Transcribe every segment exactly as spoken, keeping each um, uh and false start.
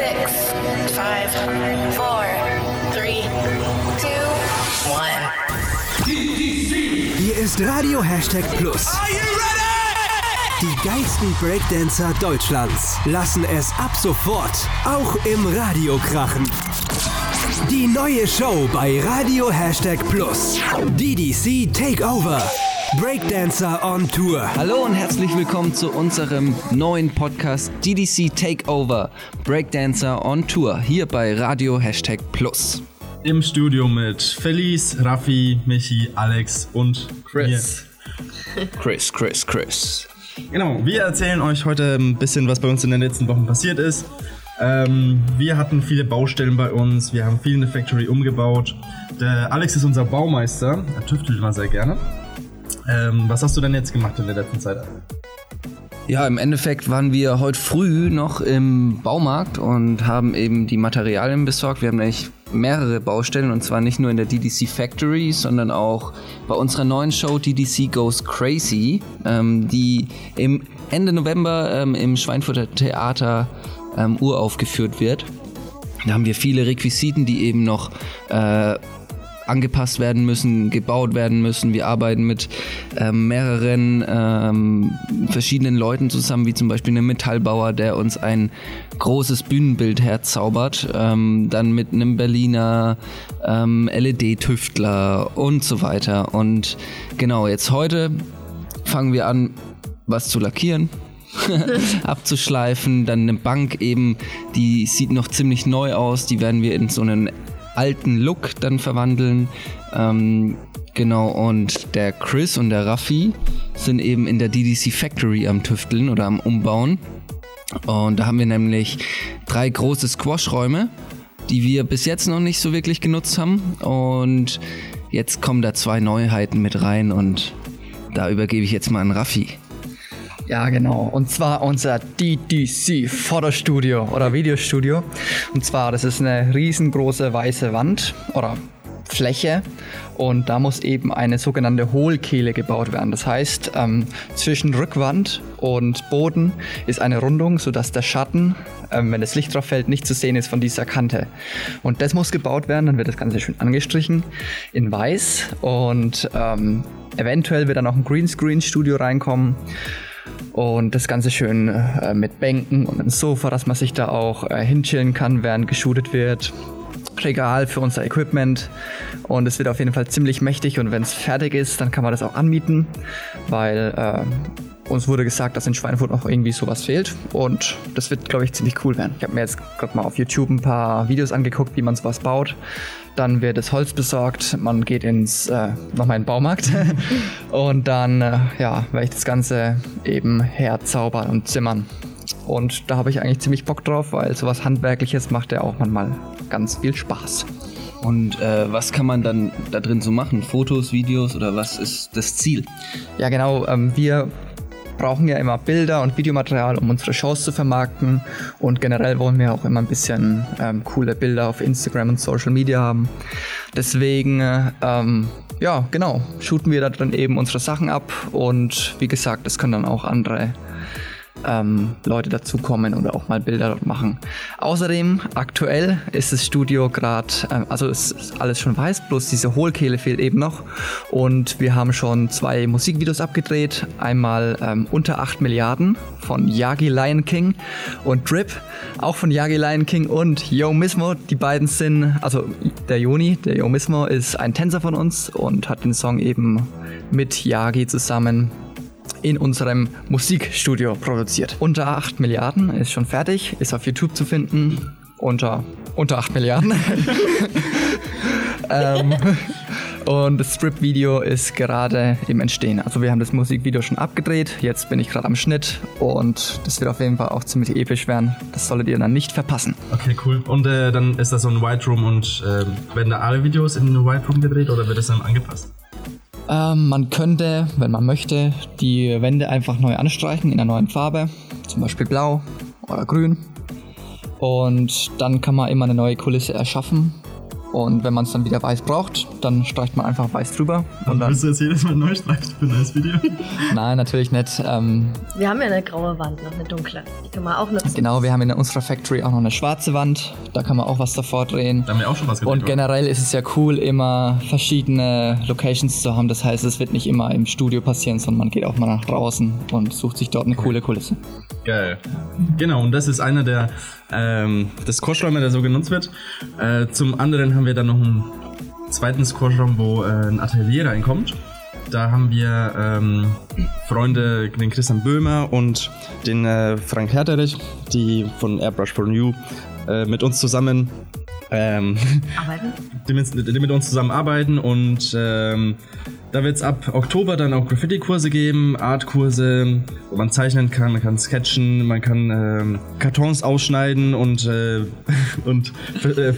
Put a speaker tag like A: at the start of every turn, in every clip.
A: six, five, four, three, two, one.
B: Hier ist Radio Hashtag Plus.
C: Are you ready?
B: Die geilsten Breakdancer Deutschlands lassen es ab sofort auch im Radio krachen. Die neue Show bei Radio Hashtag Plus. D D C Takeover. Breakdancer on Tour.
D: Hallo und herzlich willkommen zu unserem neuen Podcast D D C Takeover. Breakdancer on Tour. Hier bei Radio Hashtag Plus.
E: Im Studio mit Felice, Raffi, Michi, Alex und
D: Chris. Mir. Chris, Chris, Chris.
E: Genau, wir erzählen euch heute ein bisschen, was bei uns in den letzten Wochen passiert ist. Ähm, wir hatten viele Baustellen bei uns, wir haben viel in der Factory umgebaut. Der Alex ist unser Baumeister, er tüftelt immer sehr gerne. Ähm, was hast du denn jetzt gemacht in der letzten Zeit?
D: Ja, im Endeffekt waren wir heute früh noch im Baumarkt und haben eben die Materialien besorgt. Wir haben nämlich mehrere Baustellen und zwar nicht nur in der D D C Factory, sondern auch bei unserer neuen Show D D C Goes Crazy, ähm, die im Ende November ähm, im Schweinfurter Theater ähm, uraufgeführt wird. Da haben wir viele Requisiten, die eben noch äh, angepasst werden müssen, gebaut werden müssen. Wir arbeiten mit ähm, mehreren ähm, verschiedenen Leuten zusammen, wie zum Beispiel einem Metallbauer, der uns ein großes Bühnenbild herzaubert, ähm, dann mit einem Berliner ähm, L E D-Tüftler und so weiter. Und genau, jetzt heute fangen wir an, was zu lackieren. abzuschleifen, dann eine Bank eben, die sieht noch ziemlich neu aus, die werden wir in so einen alten Look dann verwandeln. Ähm, genau, und der Chris und der Raffi sind eben in der D D C Factory am Tüfteln oder am Umbauen. Und da haben wir nämlich drei große Squash-Räume, die wir bis jetzt noch nicht so wirklich genutzt haben. Und jetzt kommen da zwei Neuheiten mit rein und da übergebe ich jetzt mal an Raffi.
F: Ja, genau. Und zwar unser D D C Fotostudio oder Videostudio. Und zwar, das ist eine riesengroße weiße Wand oder Fläche und da muss eben eine sogenannte Hohlkehle gebaut werden. Das heißt, ähm, zwischen Rückwand und Boden ist eine Rundung, sodass der Schatten, ähm, wenn das Licht drauf fällt, nicht zu sehen ist von dieser Kante. Und das muss gebaut werden, dann wird das Ganze schön angestrichen in weiß und ähm, eventuell wird dann auch ein Greenscreen-Studio reinkommen. Und das Ganze schön äh, mit Bänken und einem Sofa, dass man sich da auch äh, hinchillen kann, während geshootet wird. Regal für unser Equipment. Und es wird auf jeden Fall ziemlich mächtig. Und wenn es fertig ist, dann kann man das auch anmieten. Weil äh, uns wurde gesagt, dass in Schweinfurt noch irgendwie sowas fehlt. Und das wird, glaube ich, ziemlich cool werden. Ich habe mir jetzt gerade mal auf YouTube ein paar Videos angeguckt, wie man sowas baut. Dann wird das Holz besorgt, man geht ins, äh, nochmal in den Baumarkt und dann, äh, ja, werde ich das Ganze eben herzaubern und zimmern. Und da habe ich eigentlich ziemlich Bock drauf, weil sowas Handwerkliches macht ja auch manchmal ganz viel Spaß.
D: Und äh, was kann man dann da drin so machen? Fotos, Videos oder was ist das Ziel?
F: Ja, genau, ähm, wir brauchen ja immer Bilder und Videomaterial, um unsere Shows zu vermarkten und generell wollen wir auch immer ein bisschen ähm, coole Bilder auf Instagram und Social Media haben. Deswegen, ähm, ja genau, shooten wir da drin eben unsere Sachen ab und wie gesagt, es können dann auch andere ähm, Leute dazukommen oder auch mal Bilder dort machen. Außerdem, aktuell ist das Studio gerade, ähm, also es ist alles schon weiß, bloß diese Hohlkehle fehlt eben noch und wir haben schon zwei Musikvideos abgedreht. Einmal ähm, Unter acht Milliarden von Yagi Lion King und Drip, auch von Yagi Lion King und Yo Mismo. Die beiden sind, also der Joni, der Yo Mismo ist ein Tänzer von uns und hat den Song eben mit Yagi zusammen in unserem Musikstudio produziert. Unter acht Milliarden ist schon fertig, ist auf YouTube zu finden. Unter, unter acht Milliarden. ähm, und das Strip-Video ist gerade im Entstehen. Also wir haben das Musikvideo schon abgedreht, jetzt bin ich gerade am Schnitt und das wird auf jeden Fall auch ziemlich episch werden. Das solltet ihr dann nicht verpassen.
E: Okay, cool. Und äh, dann ist das so ein White Room und äh, werden da alle Videos in einem White Room gedreht oder wird das dann angepasst?
F: Ähm, man könnte, wenn man möchte, die Wände einfach neu anstreichen in einer neuen Farbe, zum Beispiel blau oder grün. Und dann kann man immer eine neue Kulisse erschaffen. Und wenn man es dann wieder weiß braucht, dann streicht man einfach weiß drüber.
E: Und dann willst du jetzt jedes Mal neu streichen für ein neues Video?
F: Nein, natürlich nicht. Ähm,
G: wir haben ja eine graue Wand, noch eine dunkle. Die kann man auch nutzen.
F: Genau, wir haben in unserer Factory auch noch eine schwarze Wand. Da kann man auch was davor drehen.
E: Da haben wir auch schon was gedreht.
F: Und generell ist es ja cool, immer verschiedene Locations zu haben. Das heißt, es wird nicht immer im Studio passieren, sondern man geht auch mal nach draußen und sucht sich dort eine coole Kulisse.
E: Geil. Genau, und das ist einer der ähm, des Squashräume, der so genutzt wird. Äh, zum anderen haben wir dann noch einen zweiten Squashraum, wo äh, ein Atelier reinkommt. Da haben wir ähm, Freunde, den Christian Böhmer und den äh, Frank Herterich, die von Airbrush for New äh, mit uns zusammen ähm,
G: arbeiten.
E: Die mit, die mit uns zusammen arbeiten und ähm, da wird es ab Oktober dann auch Graffiti-Kurse geben, Art-Kurse, wo man zeichnen kann, man kann sketchen, man kann ähm, Kartons ausschneiden und äh, und äh,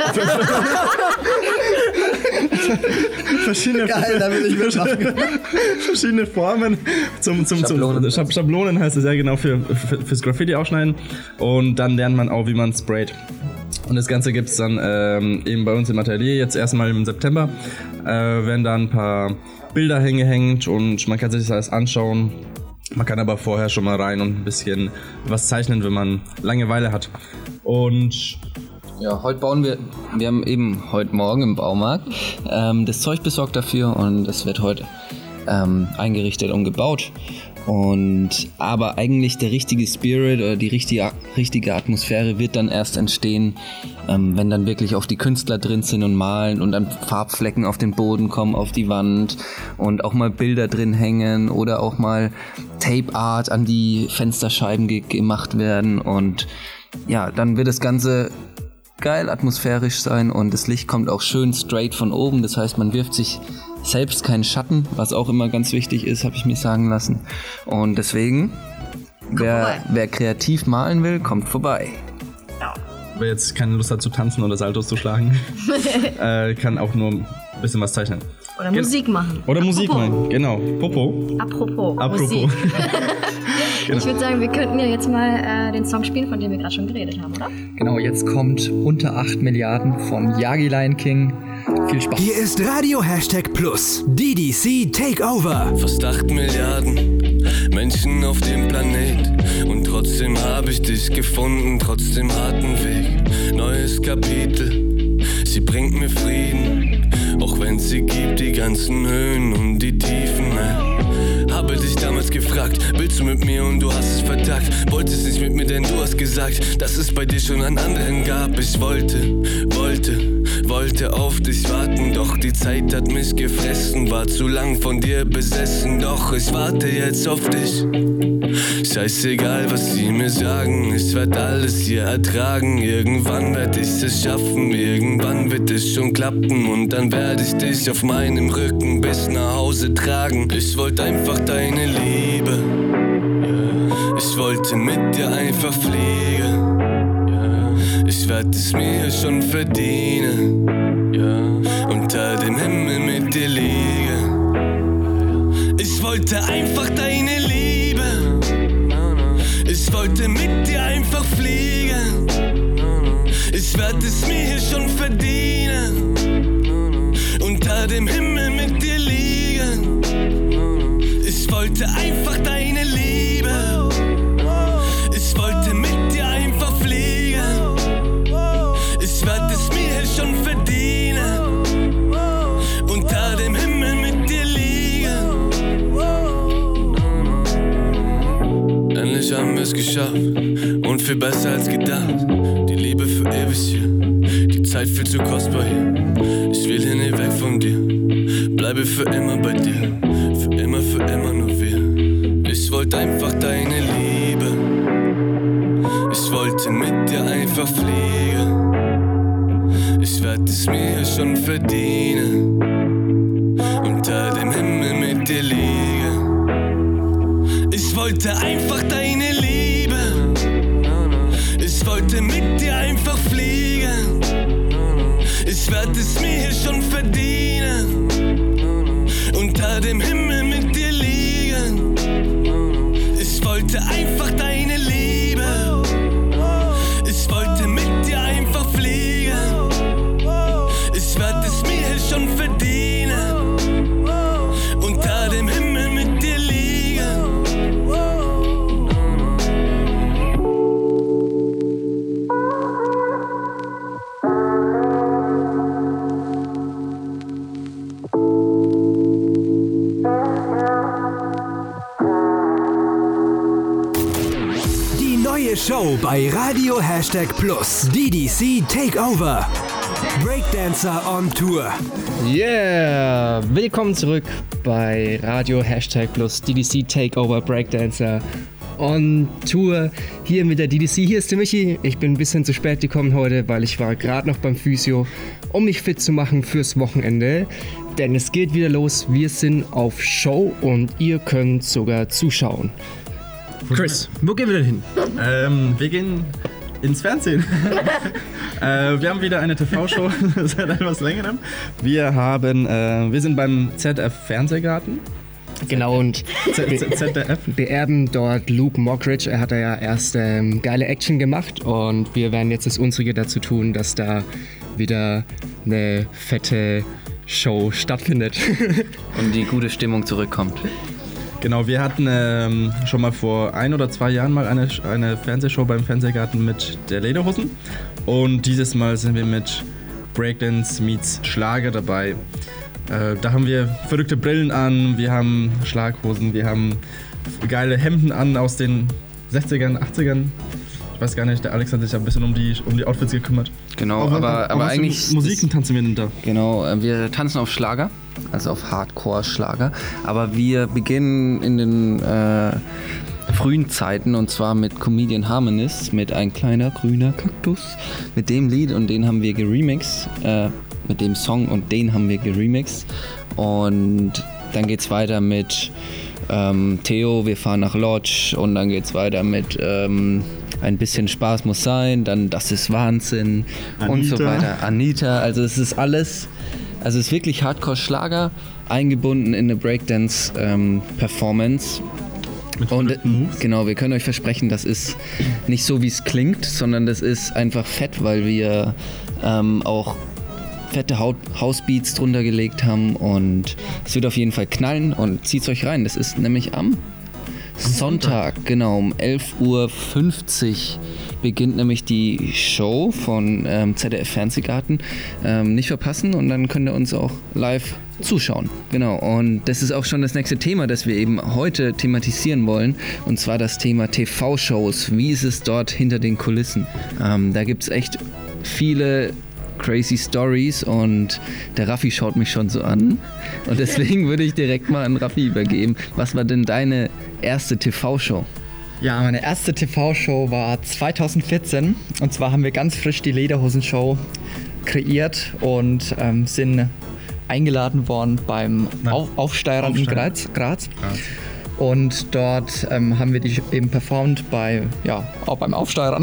E: verschiedene,
F: Geil, da will ich mitmachen.
E: verschiedene Formen zum, zum,
D: Schablonen.
E: zum Schablonen heißt es ja genau für, für fürs Graffiti ausschneiden und dann lernt man auch, wie man sprayt. Und das Ganze gibt es dann ähm, eben bei uns im Atelier, jetzt erstmal im September, äh, werden da ein paar Bilder hingehängt und man kann sich das alles anschauen. Man kann aber vorher schon mal rein und ein bisschen was zeichnen, wenn man Langeweile hat. Und
D: ja, heute bauen wir, wir haben eben heute Morgen im Baumarkt ähm, das Zeug besorgt dafür und es wird heute ähm, eingerichtet und gebaut. Und aber eigentlich der richtige Spirit oder die richtige, richtige Atmosphäre wird dann erst entstehen, ähm, wenn dann wirklich auch die Künstler drin sind und malen und dann Farbflecken auf den Boden kommen, auf die Wand und auch mal Bilder drin hängen oder auch mal Tape Art an die Fensterscheiben ge- gemacht werden und ja, dann wird das Ganze geil atmosphärisch sein und das Licht kommt auch schön straight von oben, das heißt man wirft sich selbst keinen Schatten, was auch immer ganz wichtig ist, habe ich mir sagen lassen. Und deswegen, wer, wer kreativ malen will, kommt vorbei.
G: Ja.
E: wer jetzt keine Lust hat zu tanzen oder Saltos zu schlagen, äh, kann auch nur ein bisschen was zeichnen.
G: Oder
E: Ge-
G: Musik machen.
E: Oder
G: Apropos.
E: Musik machen, genau. Popo.
G: Apropos,
E: Apropos.
G: Musik. Ich würde sagen, wir könnten ja jetzt mal äh, den Song spielen, von dem wir gerade schon geredet haben, oder?
F: Genau, jetzt kommt Unter acht Milliarden von Yagi Lion King. Viel Spaß.
B: Hier ist Radio Hashtag Plus. D D C Takeover.
C: Fast acht Milliarden Menschen auf dem Planet. Und trotzdem hab ich dich gefunden, trotzdem harten Weg. Neues Kapitel, sie bringt mir Frieden. Auch wenn sie gibt die ganzen Höhen und die Tiefen. Habe dich damals gefragt, willst du mit mir und du hast es vertagt. Wolltest nicht mit mir, denn du hast gesagt, dass es bei dir schon einen anderen gab. Ich wollte, wollte, wollte auf dich warten. Doch die Zeit hat mich gefressen, war zu lang von dir besessen. Doch ich warte jetzt auf dich. Scheißegal, was sie mir sagen, ich werd alles hier ertragen. Irgendwann werd ich es schaffen, irgendwann wird es schon klappen. Und dann werde ich dich auf meinem Rücken bis nach Hause tragen. Ich wollte einfach deine Liebe, ich wollte mit dir einfach fliegen. Ich werd es mir schon verdienen, unter dem Himmel mit dir liegen. Ich wollte einfach deine Liebe, ich wollte mit dir einfach fliegen. Ich werd es mir hier schon verdienen, unter dem Himmel mit dir liegen. Ich wollte einfach deine Liebe, ich wollte mit dir einfach fliegen. Ich werd es mir hier schon verdienen, unter dem Himmel mit dir liegen. Endlich haben wir es geschafft und viel besser als gedacht. Die Liebe für ewig hier, die Zeit viel zu kostbar hier. Ich will hier nicht weg von dir, bleibe für immer bei dir. Für immer, für immer nur wir. Ich wollte einfach deine Liebe, ich wollte mit dir einfach fliegen. Ich werd es mir schon verdienen, unter dem Himmel mit dir liegen. Ich wollte einfach deine Liebe, ich wollte mit dir einfach fliegen. Ich werd es mir hier schon verdienen, unter dem Himmel mit dir liegen. Ich wollte einfach deine Liebe, ich wollte mit dir einfach fliegen.
B: neue Show bei Radio Hashtag Plus. D D C Takeover. Breakdancer on Tour.
H: Yeah! Willkommen zurück bei Radio Hashtag Plus D D C Takeover Breakdancer on Tour. Hier mit der D D C. Hier ist der Michi. Ich bin ein bisschen zu spät gekommen heute, weil ich war gerade noch beim Physio, um mich fit zu machen fürs Wochenende. Denn es geht wieder los. Wir sind auf Show und ihr könnt sogar zuschauen. Chris, wo gehen wir denn hin?
E: Ähm, wir gehen ins Fernsehen. äh, wir haben wieder eine T V-Show seit etwas längerem. Wir haben, äh, wir sind beim Z D F Fernsehgarten.
H: Genau, und
E: Z- Z- Z D F.
H: beerben dort Luke Mockridge. Er hat ja erst ähm, geile Action gemacht und wir werden jetzt das Unsere dazu tun, dass da wieder eine fette Show stattfindet.
D: Und die gute Stimmung zurückkommt.
E: Genau, wir hatten ähm, schon mal vor ein oder zwei Jahren mal eine, eine Fernsehshow beim Fernsehgarten mit der Lederhosen. Und dieses Mal sind wir mit Breakdance meets Schlager dabei. Äh, da haben wir verrückte Brillen an, wir haben Schlaghosen, wir haben geile Hemden an aus den sechzigern, achtzigern. Ich weiß gar nicht, der Alex hat sich ein bisschen um die, um die Outfits gekümmert.
D: Genau, aber, aber, aber eigentlich...
E: Musiken tanzen wir denn da?
D: Genau, wir tanzen auf Schlager, also auf Hardcore-Schlager. Aber wir beginnen in den äh, frühen Zeiten und zwar mit Comedian Harmonist, mit Ein kleiner grüner Kaktus. Mit dem Lied und den haben wir geremixed, äh, mit dem Song und den haben wir geremixed. Und dann geht's weiter mit ähm, Theo, wir fahren nach Lodge und dann geht's weiter mit... Ähm, Ein bisschen Spaß muss sein, dann Das ist Wahnsinn
E: Anita.
D: Und so weiter. Anita, also es ist alles, also es ist wirklich Hardcore-Schlager, eingebunden in eine Breakdance-Performance.
E: Mit
D: Und
E: verrückten Moves.
D: genau, wir können euch versprechen, das ist nicht so, wie es klingt, sondern das ist einfach fett, weil wir ähm, auch fette Haut- Housebeats drunter gelegt haben und es wird auf jeden Fall knallen und zieht's euch rein. Das ist nämlich am Sonntag, genau, um elf Uhr fünfzig beginnt nämlich die Show von ähm, Z D F Fernsehgarten. Ähm, nicht verpassen und dann könnt ihr uns auch live zuschauen. Genau, und das ist auch schon das nächste Thema, das wir eben heute thematisieren wollen. Und zwar das Thema T V-Shows. Wie ist es dort hinter den Kulissen? Ähm, da gibt es echt viele crazy Stories und der Raffi schaut mich schon so an. Und deswegen würde ich direkt mal an Raffi übergeben. Was war denn deine erste T V-Show?
F: Ja, meine erste T V-Show war zweitausendvierzehn und zwar haben wir ganz frisch die Lederhosen-Show kreiert und ähm, sind eingeladen worden beim
E: Nein.
F: Auf Aufsteirern in
E: Aufsteirer.
F: Graz. Graz.
E: Graz.
F: Und dort ähm, haben wir die eben performt bei, ja, auch beim Aufsteirern.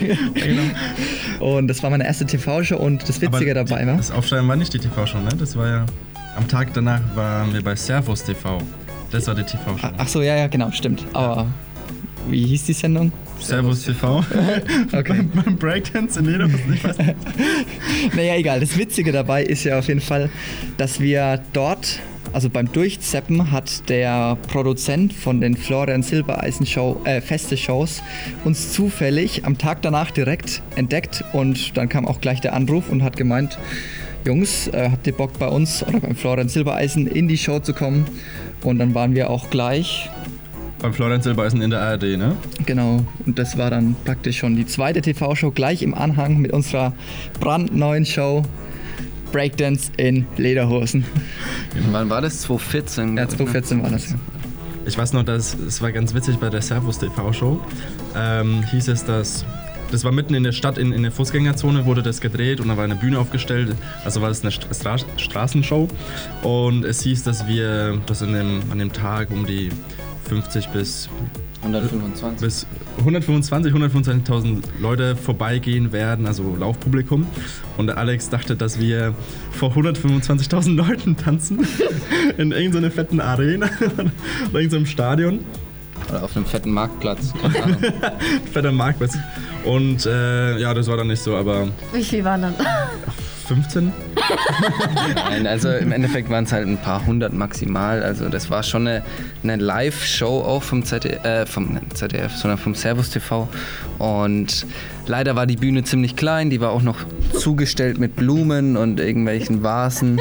F: Und das war meine erste T V-Show und das Witzige
E: Aber
F: dabei
E: die,
F: war.
E: Das Aufsteigen war nicht die T V-Show, ne? Das war ja... Am Tag danach waren wir bei Servus T V. Das war die T V-Show.
F: Ach so, ja, ja, genau, stimmt. Aber wie hieß die Sendung?
E: Servus T V.
F: Okay.
E: Beim Breakdance in Lederhosen, ich weiß nicht.
F: Naja, egal. Das Witzige dabei ist ja auf jeden Fall, dass wir dort, also beim Durchzeppen, hat der Produzent von den Florian Silbereisen Show, äh, Feste-Shows uns zufällig am Tag danach direkt entdeckt und dann kam auch gleich der Anruf und hat gemeint, Jungs, äh, habt ihr Bock bei uns oder beim Florian Silbereisen in die Show zu kommen? Und dann waren wir auch gleich,
E: Beim Florian Silbereisen in der A R D, ne?
F: genau, und das war dann praktisch schon die zweite T V-Show gleich im Anhang mit unserer brandneuen Show Breakdance in Lederhosen.
D: Wann war das? zweitausendvierzehn?
F: Ja, zweitausendvierzehn war das.
E: Ich weiß noch, dass es war ganz witzig bei der Servus T V-Show. Ähm, hieß es, dass das war mitten in der Stadt, in, in der Fußgängerzone wurde das gedreht und da war eine Bühne aufgestellt. Also war das eine Stra Straßenshow. Und es hieß, dass wir das in dem, an dem Tag um die fünfzig bis
D: hundertfünfundzwanzig.
E: bis hundertfünfundzwanzig, hundertfünfundzwanzigtausend Leute vorbeigehen werden, also Laufpublikum. Und der Alex dachte, dass wir vor hundertfünfundzwanzigtausend Leuten tanzen in irgendeiner fetten Arena oder irgendeinem Stadion.
D: Oder auf einem fetten Marktplatz. Keine Ahnung.
E: Fetter Marktplatz. Und äh, ja, das war dann nicht so, aber
G: Wie viel waren dann?
E: fünfzehn?
D: Nein, also im Endeffekt waren es halt ein paar hundert maximal. Also das war schon eine, eine Live-Show auch vom Z D F, äh, vom nicht Z D F, sondern vom Servus T V. Und leider war die Bühne ziemlich klein. Die war auch noch zugestellt mit Blumen und irgendwelchen Vasen.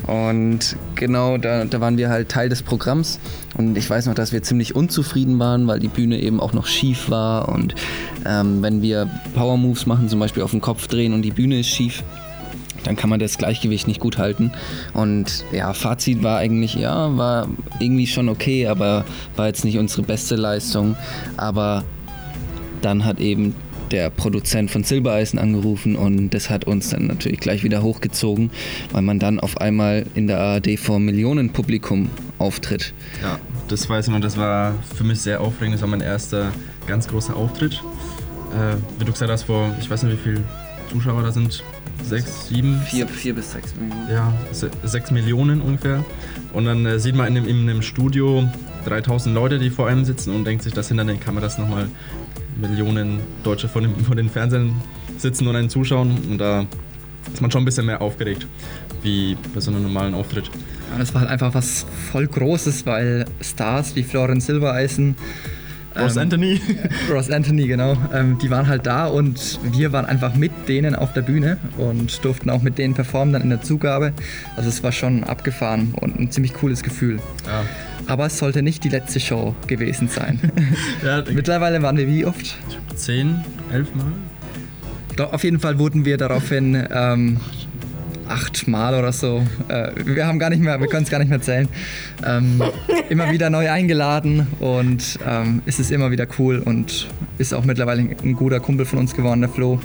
D: Und genau, da, da waren wir halt Teil des Programms. Und ich weiß noch, dass wir ziemlich unzufrieden waren, weil die Bühne eben auch noch schief war. Und ähm, wenn wir Power Moves machen, zum Beispiel auf den Kopf drehen und die Bühne ist schief, dann kann man das Gleichgewicht nicht gut halten. Und ja, Fazit war eigentlich, ja, war irgendwie schon okay, aber war jetzt nicht unsere beste Leistung. Aber dann hat eben der Produzent von Silbereisen angerufen und das hat uns dann natürlich gleich wieder hochgezogen, weil man dann auf einmal in der A R D vor Millionenpublikum auftritt.
E: Ja, das weiß ich noch, das war für mich sehr aufregend, das war mein erster ganz großer Auftritt. Äh, wie du gesagt hast, vor, ich weiß nicht, wie viele Zuschauer da sind, sechs, sieben?
D: Vier, vier bis sechs Millionen.
E: Ja, se- sechs Millionen ungefähr. Und dann äh, sieht man in einem, in einem Studio dreitausend Leute, die vor einem sitzen und denkt sich, dass hinter den Kameras nochmal Millionen Deutsche vor, dem, vor den Fernsehern sitzen und einen zuschauen. Und da ist man schon ein bisschen mehr aufgeregt, wie bei so einem normalen Auftritt.
F: Ja, das war halt einfach was voll Großes, weil Stars wie Florian Silbereisen,
E: Ross
F: ähm,
E: Anthony.
F: Ross Anthony, genau. Ähm, die waren halt da und wir waren einfach mit denen auf der Bühne und durften auch mit denen performen dann in der Zugabe. Also es war schon abgefahren und ein ziemlich cooles Gefühl.
E: Ja.
F: Aber es sollte nicht die letzte Show gewesen sein.
E: Ja,
F: Mittlerweile waren wir wie oft?
E: Zehn, elf Mal?
F: Ich glaube, auf jeden Fall wurden wir daraufhin ähm, achtmal oder so. Äh, wir haben gar nicht mehr, wir können es gar nicht mehr zählen. Ähm, immer wieder neu eingeladen und ähm, es ist immer wieder cool und ist auch mittlerweile ein guter Kumpel von uns geworden, der Flo.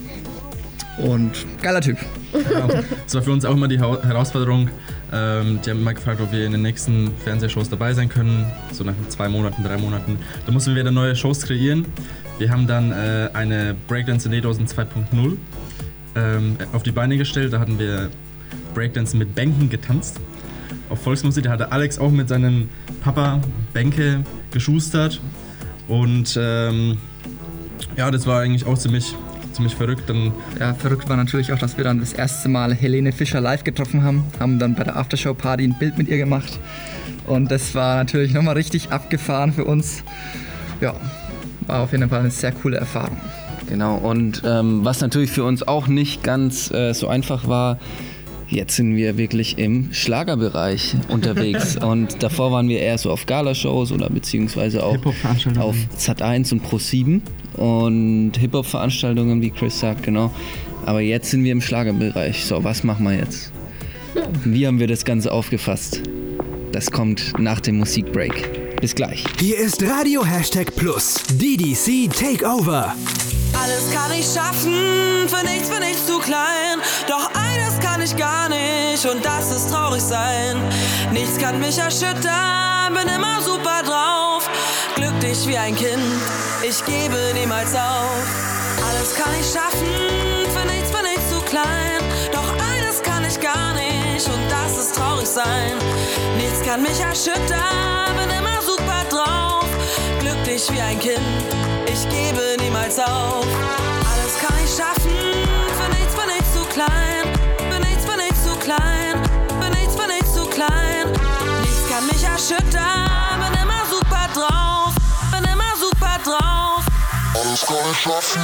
F: Und geiler Typ.
E: Ja, das war für uns auch immer die Ha- Herausforderung. Ähm, die haben immer gefragt, ob wir in den nächsten Fernsehshows dabei sein können. So nach zwei Monaten, drei Monaten. Da mussten wir wieder neue Shows kreieren. Wir haben dann äh, eine Breakdance in Lederhosen zwei Punkt null ähm, auf die Beine gestellt. Da hatten wir Breakdance mit Bänken getanzt. Auf Volksmusik, da hatte Alex auch mit seinem Papa Bänke geschustert. Und ähm, ja, das war eigentlich auch ziemlich... ziemlich verrückt. Dann
F: ja, verrückt war natürlich auch, dass wir dann das erste Mal Helene Fischer live getroffen haben, haben dann bei der Aftershow-Party ein Bild mit ihr gemacht und das war natürlich nochmal richtig abgefahren für uns. Ja, war auf jeden Fall eine sehr coole Erfahrung.
D: Genau, und ähm, was natürlich für uns auch nicht ganz äh, so einfach war, jetzt sind wir wirklich im Schlagerbereich unterwegs und davor waren wir eher so auf Galashows oder beziehungsweise auch
E: Hip-Hop-Veranstaltungen
D: auf Z eins und Pro sieben und Hip-Hop-Veranstaltungen, wie Chris sagt, genau. Aber jetzt sind wir im Schlagerbereich. So, was machen wir jetzt? Wie haben wir das Ganze aufgefasst? Das kommt nach dem Musikbreak. Bis gleich.
B: Hier ist Radio Hashtag Plus, D D C Takeover.
I: Alles kann ich schaffen, für nichts bin ich zu klein. Doch eines kann ich gar nicht und das ist traurig sein. Nichts kann mich erschüttern, bin immer super drauf. Glücklich wie ein Kind, ich gebe niemals auf. Alles kann ich schaffen, für nichts bin ich zu klein. Doch eines kann ich gar nicht und das ist traurig sein. Nichts kann mich erschüttern, bin immer super drauf. Glücklich wie ein Kind, ich gebe niemals auf. Alles kann ich schaffen, für nichts bin ich zu klein. Für nichts bin ich zu klein, für nichts bin ich zu klein. Nichts kann mich erschüttern, bin immer super drauf. Bin immer super drauf. Alles kann ich schaffen.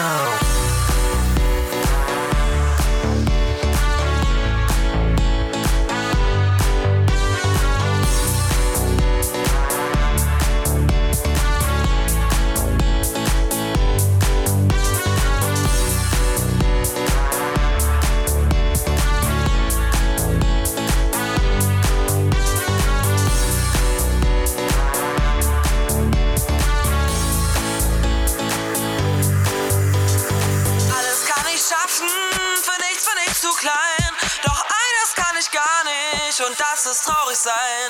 I: Und das ist traurig sein.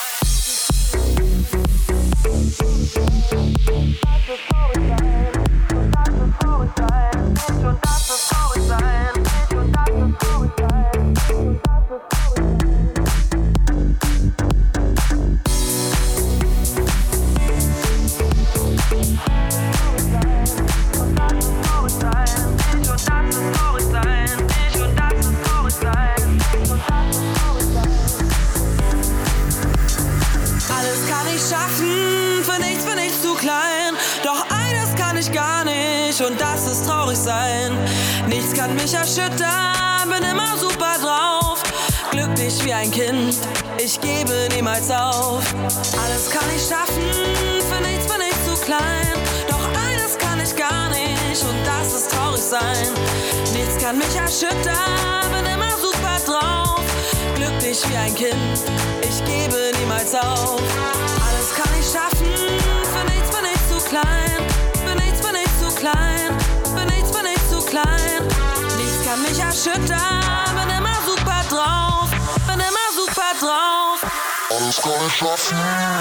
I: Und das ist traurig sein. Nichts kann mich erschüttern, bin immer super drauf. glücklich wie ein Kind. Ich gebe niemals auf. Alles kann ich schaffen, für nichts bin ich zu klein. Doch eines kann ich gar nicht und das ist traurig sein. Nichts kann mich erschüttern, bin immer super drauf. Glücklich wie ein Kind, ich gebe niemals auf. Alles kann ich schaffen, für nichts bin ich zu klein. Für nichts bin ich zu klein, für nichts bin ich zu klein. Nichts kann mich erschüttern, bin immer super drauf. Bin immer super drauf. Alles kann ich schaffen.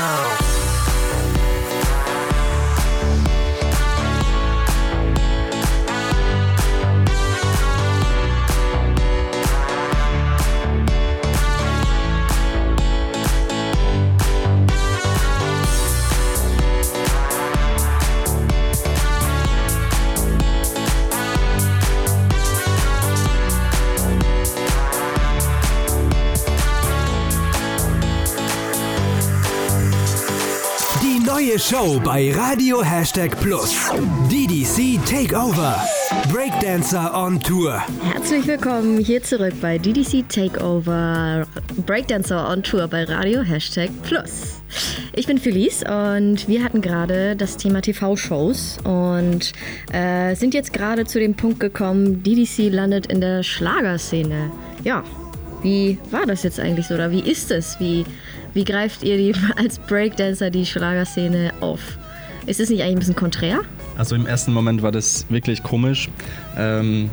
B: Neue Show bei Radio Hashtag Plus. D D C Takeover. Breakdancer on Tour.
G: Herzlich willkommen hier zurück bei D D C Takeover. Breakdancer on Tour bei Radio Hashtag Plus. Ich bin Felice und wir hatten gerade das Thema T V-Shows und äh, sind jetzt gerade zu dem Punkt gekommen, D D C landet in der Schlagerszene. Ja, wie war das jetzt eigentlich so oder wie ist es? Wie, wie greift ihr die, als Breakdancer die Schlagerszene auf? Ist es nicht eigentlich ein bisschen konträr?
E: Also im ersten Moment war das wirklich komisch, ähm,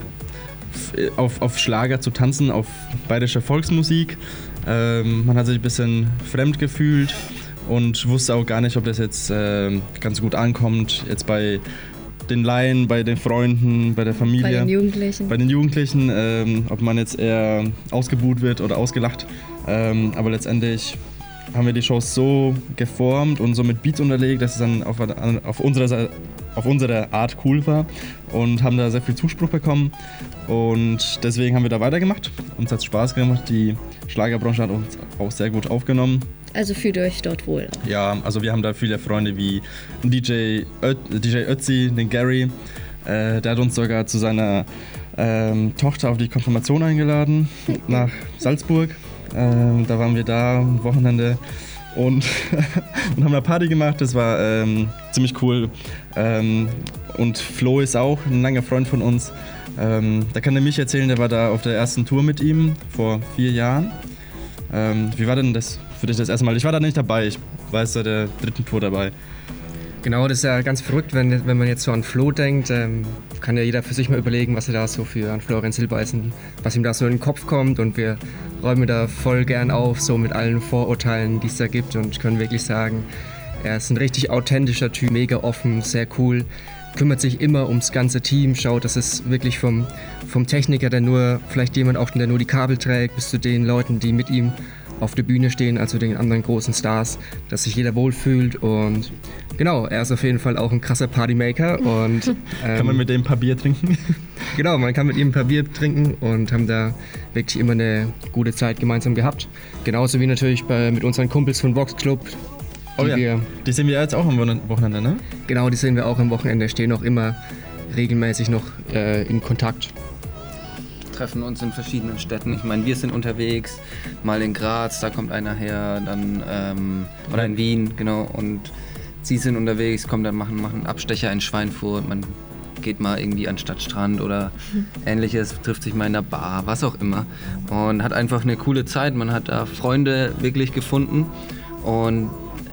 E: auf, auf Schlager zu tanzen, auf bayerische Volksmusik. Ähm, man hat sich ein bisschen fremd gefühlt und wusste auch gar nicht, ob das jetzt äh, ganz gut ankommt, jetzt bei den Laien, bei den Freunden, bei der Familie.
G: Bei den Jugendlichen.
E: Bei den Jugendlichen, ähm, ob man jetzt eher ausgebuht wird oder ausgelacht. Ähm, aber letztendlich haben wir die Shows so geformt und so mit Beats unterlegt, dass es dann auf, auf, unsere, auf unsere Art cool war und haben da sehr viel Zuspruch bekommen. Und deswegen haben wir da weitergemacht. Uns hat es Spaß gemacht. Die Schlagerbranche hat uns auch sehr gut aufgenommen.
G: Also fühlt ihr euch dort wohl?
E: Ja, also wir haben da viele Freunde wie D J, Ö- D J Ötzi, den Gary. Äh, der hat uns sogar zu seiner ähm, Tochter auf die Konfirmation eingeladen nach Salzburg. Ähm, da waren wir da am Wochenende und, und haben eine Party gemacht. Das war ähm, ziemlich cool. Ähm, und Flo ist auch ein langer Freund von uns. Ähm, da kann er mich erzählen, der war da auf der ersten Tour mit ihm vor vier Jahren. Ähm, wie war denn das für dich das erste Mal? Ich war da nicht dabei, ich war seit der dritten Tour dabei.
H: Genau, das ist ja ganz verrückt, wenn, wenn man jetzt so an Flo denkt, ähm, kann ja jeder für sich mal überlegen, was er da so für an Florian Silbereisen, was ihm da so in den Kopf kommt, und wir räumen da voll gern auf, so mit allen Vorurteilen, die es da gibt, und können wirklich sagen, er ist ein richtig authentischer Typ, mega offen, sehr cool, kümmert sich immer ums ganze Team, schaut, dass es wirklich vom, vom Techniker, der nur, vielleicht jemand auch, der nur die Kabel trägt, bis zu den Leuten, die mit ihm auf der Bühne stehen, also den anderen großen Stars, dass sich jeder wohlfühlt. Und genau, er ist auf jeden Fall auch ein krasser Partymaker. Und ähm,
E: kann man mit dem ein paar Bier trinken?
H: Genau, man kann mit ihm ein paar Bier trinken und haben da wirklich immer eine gute Zeit gemeinsam gehabt. Genauso wie natürlich bei, mit unseren Kumpels von Vox Club.
E: Oh ja,
H: wir,
E: die sehen wir jetzt auch am Wochenende, ne?
H: Genau, die sehen wir auch am Wochenende, stehen auch immer regelmäßig noch äh, in Kontakt.
D: Treffen uns in verschiedenen Städten. Ich meine, wir sind unterwegs, mal in Graz, da kommt einer her, dann ähm, oder in Wien, genau. Und sie sind unterwegs, kommen dann machen, machen Abstecher in Schweinfurt. Man geht mal irgendwie an Stadtstrand oder ähnliches, trifft sich mal in der Bar, was auch immer. Und hat einfach eine coole Zeit. Man hat da Freunde wirklich gefunden und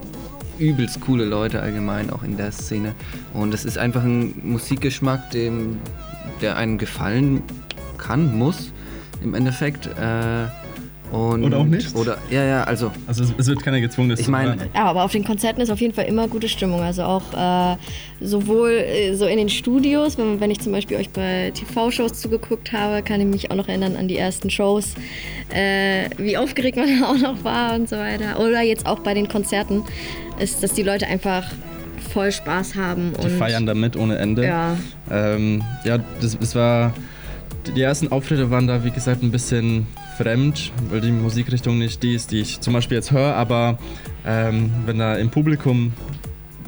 D: übelst coole Leute allgemein auch in der Szene. Und es ist einfach ein Musikgeschmack, dem, der einem gefallen kann, muss im Endeffekt. Äh, und
E: oder auch nicht?
D: Oder, ja, ja, also.
E: Also es, es wird keiner gezwungen, das
D: ich
E: zu
D: mein,
E: machen.
G: Ja, aber auf den Konzerten ist auf jeden Fall immer gute Stimmung. Also auch äh, sowohl äh, so in den Studios, wenn, wenn ich zum Beispiel euch bei T V-Shows zugeguckt habe, kann ich mich auch noch erinnern an die ersten Shows, äh, wie aufgeregt man auch noch war und so weiter. Oder jetzt auch bei den Konzerten, ist, dass die Leute einfach voll Spaß haben.
E: Die
G: und
E: feiern damit ohne Ende.
G: Ja,
E: ähm, ja das, das war... Die ersten Auftritte waren da, wie gesagt, ein bisschen fremd, weil die Musikrichtung nicht die ist, die ich zum Beispiel jetzt höre, aber ähm, wenn da im Publikum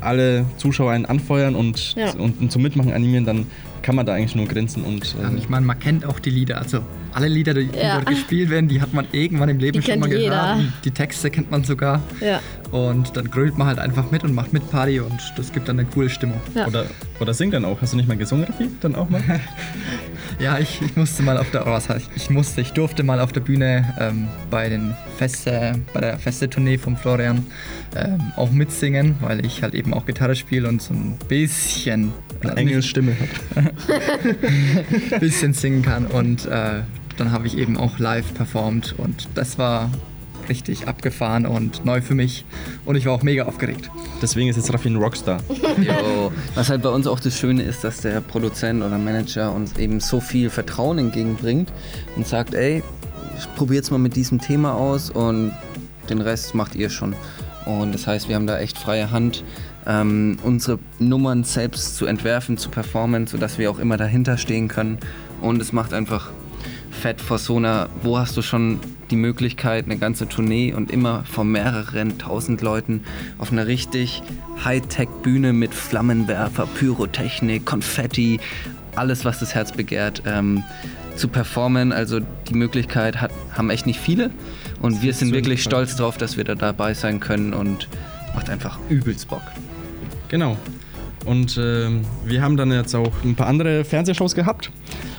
E: alle Zuschauer einen anfeuern und,
G: Ja.
E: und, und zum Mitmachen animieren, dann kann man da eigentlich nur grinsen und
F: Ja,
E: ähm,
F: ich meine, man kennt auch die Lieder. Also alle Lieder, die, die
G: Ja.
F: dort gespielt werden, die hat man irgendwann im Leben
G: Die
F: schon mal
G: kennt
F: gehört.
G: jeder.
F: Und die Texte kennt man sogar.
G: Ja.
F: Und dann grölt man halt einfach mit und macht mit Party und das gibt dann eine coole Stimmung.
G: Ja.
E: oder, oder singt dann auch. Hast du nicht mal gesungen, Raffi? Dann auch mal?
F: Ja, ich, ich musste mal auf der, oder was heißt, ich musste, ich durfte mal auf der Bühne ähm, bei den Feste, bei der Feste-Tournee vom Florian ähm, auch mitsingen, weil ich halt eben auch Gitarre spiele und so ein bisschen,
E: Eine Engelsstimme hat.
F: ein bisschen singen kann und äh, dann habe ich eben auch live performt und das war richtig abgefahren und neu für mich und ich war auch mega aufgeregt.
E: Deswegen ist jetzt Raffi ein Rockstar.
D: Jo. Was halt bei uns auch das Schöne ist, dass der Produzent oder Manager uns eben so viel Vertrauen entgegenbringt und sagt, ey, probiert's mal mit diesem Thema aus und den Rest macht ihr schon. Und das heißt, wir haben da echt freie Hand, ähm, unsere Nummern selbst zu entwerfen, zu performen, sodass wir auch immer dahinter stehen können. Und es macht einfach fett vor so einer, wo hast du schon die Möglichkeit, eine ganze Tournee und immer vor mehreren tausend Leuten auf einer richtig Hightech-Bühne mit Flammenwerfer, Pyrotechnik, Konfetti, alles, was das Herz begehrt, ähm, zu performen. Also die Möglichkeit hat, haben echt nicht viele und wir sind
E: so
D: wirklich
E: interessant.
D: stolz drauf, dass wir da dabei sein können und macht einfach übelst Bock.
E: Genau. Und ähm, wir haben dann jetzt auch ein paar andere Fernsehshows gehabt.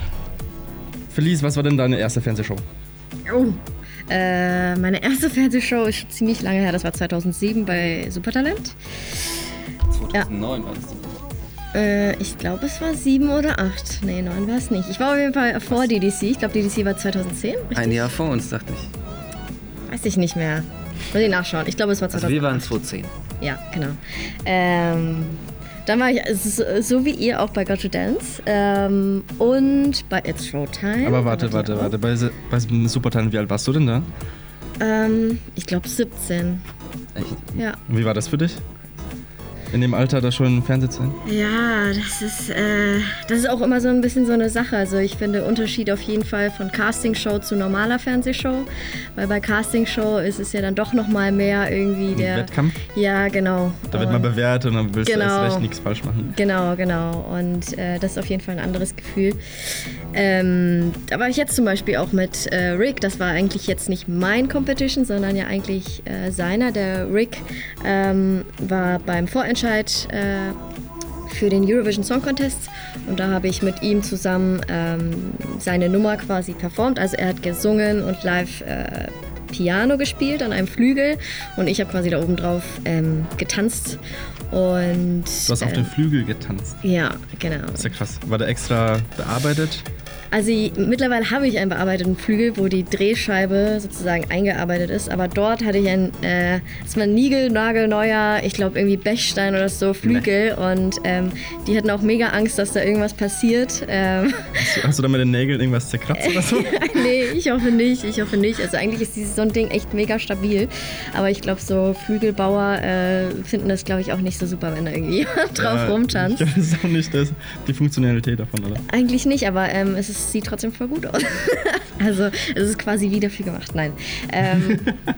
E: Felice, was war denn deine erste Fernsehshow?
G: Oh. Äh, meine erste Fernsehshow ist schon ziemlich lange her. Das war zweitausendsieben bei Supertalent.
D: zweitausendneun war das.
G: Äh, ich glaube, es war sieben oder acht. Nee, neun war es nicht. Ich war auf jeden Fall vor D D C. Ich glaube, D D C war zweitausendzehn. Richtig?
D: Ein Jahr vor uns, dachte ich.
G: Weiß ich nicht mehr. Muss ich nachschauen. Ich glaube, es war
D: Also
G: zweitausendacht.
D: wir waren zweitausendzehn.
G: Ja, genau. Ähm, dann war ich so, so wie ihr auch bei Got to Dance ähm, und bei It's Showtime.
E: Aber warte,
G: Da wart
E: warte,
G: ihr
E: warte. Bei, Se- bei Supertalent, wie alt warst du denn da?
G: auch. Ähm, ich glaube siebzehn.
D: Echt?
G: Ja.
E: Und wie war das für dich? In dem Alter da schon im Fernsehen zu sein?
G: Ja, das ist, äh, das ist auch immer so ein bisschen so eine Sache. Also ich finde Unterschied auf jeden Fall von Castingshow zu normaler Fernsehshow. Weil bei Castingshow ist es ja dann doch nochmal mehr irgendwie der...
E: Wettkampf?
G: Ja, genau.
E: Da wird man
G: Und-
E: bewertet und dann willst du
G: Genau.
E: erst recht nichts falsch machen.
G: Genau, genau. Und äh, das ist auf jeden Fall ein anderes Gefühl. Ähm, da war ich jetzt zum Beispiel auch mit äh, Rick. Das war eigentlich jetzt nicht mein Competition, sondern ja eigentlich äh, seiner. Der Rick ähm, war beim Vorentscheid äh, für den Eurovision Song Contest. Und da habe ich mit ihm zusammen ähm, seine Nummer quasi performt. Also er hat gesungen und live äh, Piano gespielt an einem Flügel. Und ich habe quasi da oben drauf ähm, getanzt. Und,
E: Du hast auf
G: ähm,
E: den Flügel getanzt.
G: ja, genau.
E: Das ist ja krass. War der extra bearbeitet?
G: Also ich- mittlerweile habe ich einen bearbeiteten Flügel, wo die Drehscheibe sozusagen eingearbeitet ist. Aber dort hatte ich ein, äh, das war ein niegelnagelneuer, ich glaube irgendwie Bechstein oder so, Flügel. Und ähm, die hatten auch mega Angst, dass da irgendwas passiert. Ähm,
E: Hast du, hast du da mit den Nägeln irgendwas zerkratzt oder so?
G: nee, ich hoffe nicht, ich hoffe nicht. Also eigentlich ist dieses so ein Ding echt mega stabil. Aber ich glaube, so Flügelbauer äh, finden das, glaube ich, auch nicht so super, wenn da irgendwie jemand drauf
E: Ja,
G: rumtanzt.
E: Ich glaube, das ist auch nicht das, die Funktionalität davon, oder?
G: Eigentlich nicht, aber ähm, es ist, sieht trotzdem voll gut aus. Also es ist quasi wie dafür gemacht. Nein. Ähm,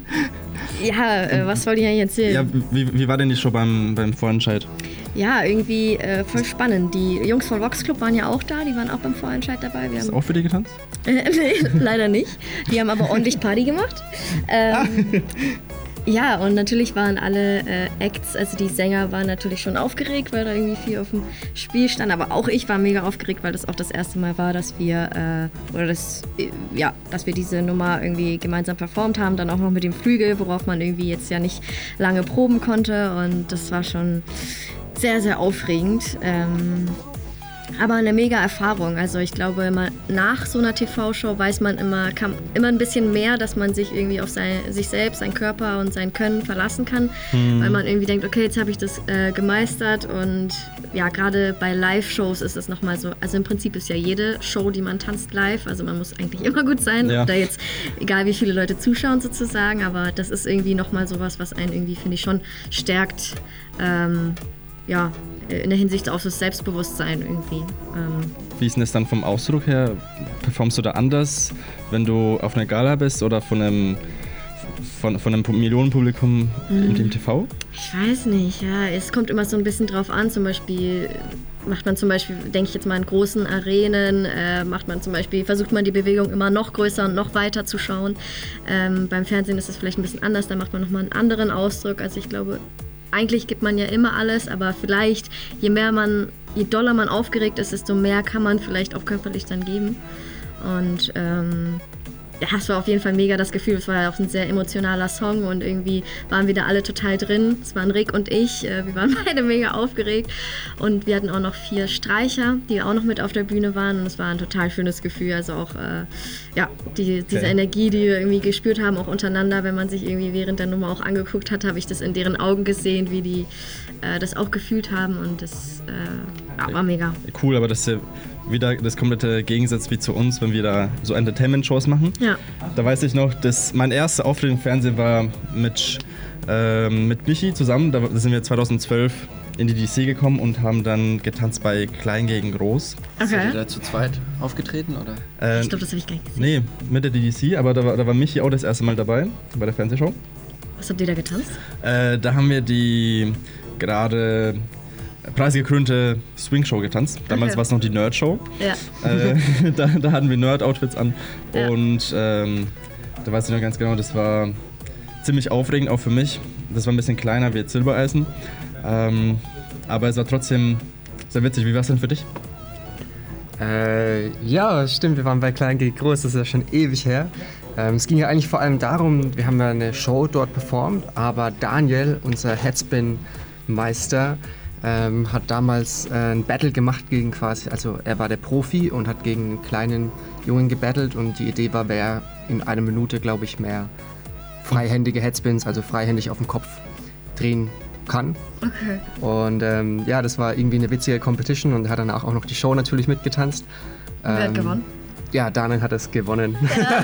G: ja, äh, was wollte ich eigentlich erzählen?
E: Ja, wie, wie war denn die Show beim, beim Vorentscheid?
G: Ja, irgendwie äh, voll spannend. Die Jungs von Vox Club waren ja auch da, die waren auch beim Vorentscheid dabei. Wir
E: Hast du
G: haben,
E: auch für die getanzt?
G: äh, nee, leider nicht. Die haben aber ordentlich Party gemacht. Ähm, ja, und natürlich waren alle äh, Acts, also die Sänger waren natürlich schon aufgeregt, weil da irgendwie viel auf dem Spiel stand. Aber auch ich war mega aufgeregt, weil das auch das erste Mal war, dass wir, äh, oder das, äh, ja, dass wir diese Nummer irgendwie gemeinsam performt haben. Dann auch noch mit dem Flügel, worauf man irgendwie jetzt ja nicht lange proben konnte. Und das war schon sehr, sehr aufregend. Ähm, aber eine mega Erfahrung. Also ich glaube, immer nach so einer T V-Show weiß man immer, kann, immer ein bisschen mehr, dass man sich irgendwie auf sein, sich selbst, seinen Körper und sein Können verlassen kann.
E: Mhm.
G: Weil man irgendwie denkt, okay, jetzt habe ich das äh, gemeistert. Und ja, gerade bei Live-Shows ist es nochmal so, also im Prinzip ist ja jede Show, die man tanzt, live. Also man muss eigentlich immer gut sein.
E: Ja.
G: Oder jetzt, egal wie viele Leute zuschauen sozusagen. Aber das ist irgendwie nochmal sowas, was einen irgendwie, finde ich, schon stärkt. Ähm, ja, in der Hinsicht auf das Selbstbewusstsein irgendwie. Ähm,
E: Wie ist denn das dann vom Ausdruck her? Performst du da anders, wenn du auf einer Gala bist oder von einem, von, von einem Millionenpublikum
G: Mhm.
E: im, im T V?
G: Ich weiß nicht, ja. Es kommt immer so ein bisschen drauf an. Zum Beispiel macht man zum Beispiel, denke ich jetzt mal in großen Arenen, äh, macht man zum Beispiel, versucht man die Bewegung immer noch größer und noch weiter zu schauen. Ähm, beim Fernsehen ist es vielleicht ein bisschen anders, da macht man nochmal einen anderen Ausdruck. Also ich glaube, eigentlich gibt man ja immer alles, aber vielleicht, je mehr man, je doller man aufgeregt ist, desto mehr kann man vielleicht auch körperlich dann geben. Und ähm, ja, es war auf jeden Fall mega das Gefühl. Es war ja auch ein sehr emotionaler Song und irgendwie waren wir da alle total drin. Es waren Rick und ich, äh, wir waren beide mega aufgeregt und wir hatten auch noch vier Streicher, die auch noch mit auf der Bühne waren und es war ein total schönes Gefühl. Also auch äh, ja, die, diese
E: Okay.
G: Energie, die wir irgendwie gespürt haben, auch untereinander, wenn man sich irgendwie während der Nummer auch angeguckt hat, habe ich das in deren Augen gesehen, wie die äh, das auch gefühlt haben und das äh, ja, war mega.
E: Cool, aber das ist ja wieder das komplette Gegensatz wie zu uns, wenn wir da so Entertainment-Shows machen.
G: Ja.
E: Da weiß ich noch, dass mein erster Auftritt im Fernsehen war mit, ähm, mit Michi zusammen. Da sind wir zweitausendzwölf in die D D C gekommen und haben dann getanzt bei Klein gegen Groß.
D: Seid ihr
G: Okay.
D: da zu zweit aufgetreten, oder?
E: Äh,
G: Ich glaube, das habe ich gar nicht gesehen.
E: nee, mit der D D C, aber da war, da war Michi auch das erste Mal dabei bei der Fernsehshow.
G: Was habt ihr da getanzt?
E: Äh, da haben wir die gerade preisgekrönte Swing-Show getanzt. Damals
G: Okay.
E: war es noch die Nerd-Show.
G: Ja.
E: Äh, da, da hatten wir Nerd-Outfits an.
G: Ja.
E: Und ähm, da weiß ich noch ganz genau, das war ziemlich aufregend, auch für mich. Das war ein bisschen kleiner wie jetzt Silbereisen. Ähm, aber es war trotzdem sehr witzig. Wie war es denn für dich?
H: Äh, ja, stimmt, wir waren bei Klein gegen Groß, das ist ja schon ewig her. Ähm, es ging ja eigentlich vor allem darum, wir haben ja eine Show dort performt, aber Daniel, unser Headspin-Meister, ähm, hat damals äh, ein Battle gemacht gegen quasi, also er war der Profi und hat gegen einen kleinen Jungen gebattelt und die Idee war, wer in einer Minute, glaube ich, mehr freihändige Headspins, also freihändig auf dem Kopf drehen kann.
G: Okay.
H: Und ähm, ja, das war irgendwie eine witzige Competition und er hat danach auch noch die Show natürlich mitgetanzt.
G: Wer hat
H: Ähm,
G: gewonnen?
H: Ja, Daniel hat es gewonnen.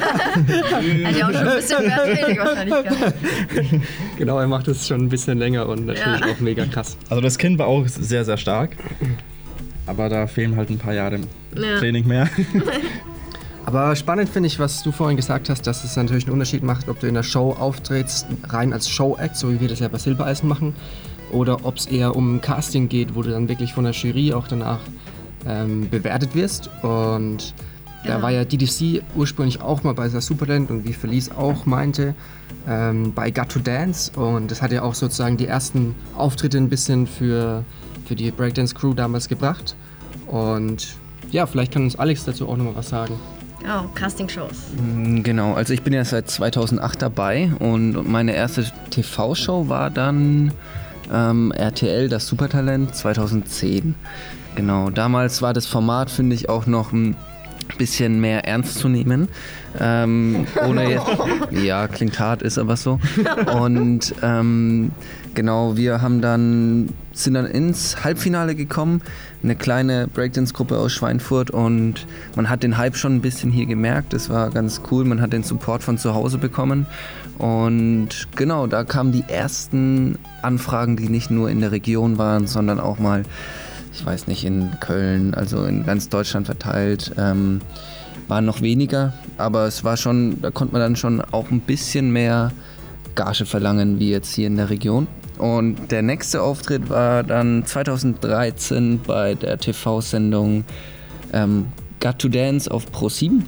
G: Hat ja auch schon ein bisschen mehr Training wahrscheinlich gehabt.
H: Genau, er macht es schon ein bisschen länger und natürlich
G: Ja.
H: auch mega krass.
E: Also das Kind war auch sehr, sehr stark. Aber da fehlen halt ein paar Jahre
G: Ja.
E: Training mehr.
H: Aber spannend finde ich, was du vorhin gesagt hast, dass es natürlich einen Unterschied macht, ob du in der Show auftrittst, rein als Show-Act, so wie wir das ja bei Silbereisen machen, oder ob es eher um ein Casting geht, wo du dann wirklich von der Jury auch danach ähm, bewertet wirst. Und da
G: Ja.
H: war ja D D C ursprünglich auch mal bei der Superland und wie Felice auch meinte, ähm, bei Got to Dance. Und das hat ja auch sozusagen die ersten Auftritte ein bisschen für, für die Breakdance-Crew damals gebracht. Und ja, vielleicht kann uns Alex dazu auch nochmal was sagen.
G: Oh, Castingshows.
D: Mm, Genau, also ich bin ja seit zweitausendacht dabei und meine erste T V-Show war dann ähm, R T L, das Supertalent zweitausendzehn. Genau, damals war das Format, finde ich, auch noch ein bisschen mehr ernst zu nehmen. Ähm, ohne jetzt, ja, klingt hart, ist aber so. Und ähm, genau, wir haben dann, sind dann ins Halbfinale gekommen, eine kleine Breakdance-Gruppe aus Schweinfurt und man hat den Hype schon ein bisschen hier gemerkt. Das war ganz cool, man hat den Support von zu Hause bekommen und genau, da kamen die ersten Anfragen, die nicht nur in der Region waren, sondern auch mal, ich weiß nicht, in Köln, also in ganz Deutschland verteilt. Ähm, waren noch weniger, aber es war schon, da konnte man dann schon auch ein bisschen mehr Gage verlangen, wie jetzt hier in der Region. Und der nächste Auftritt war dann zweitausenddreizehn bei der T V-Sendung ähm, Got to Dance auf Pro sieben.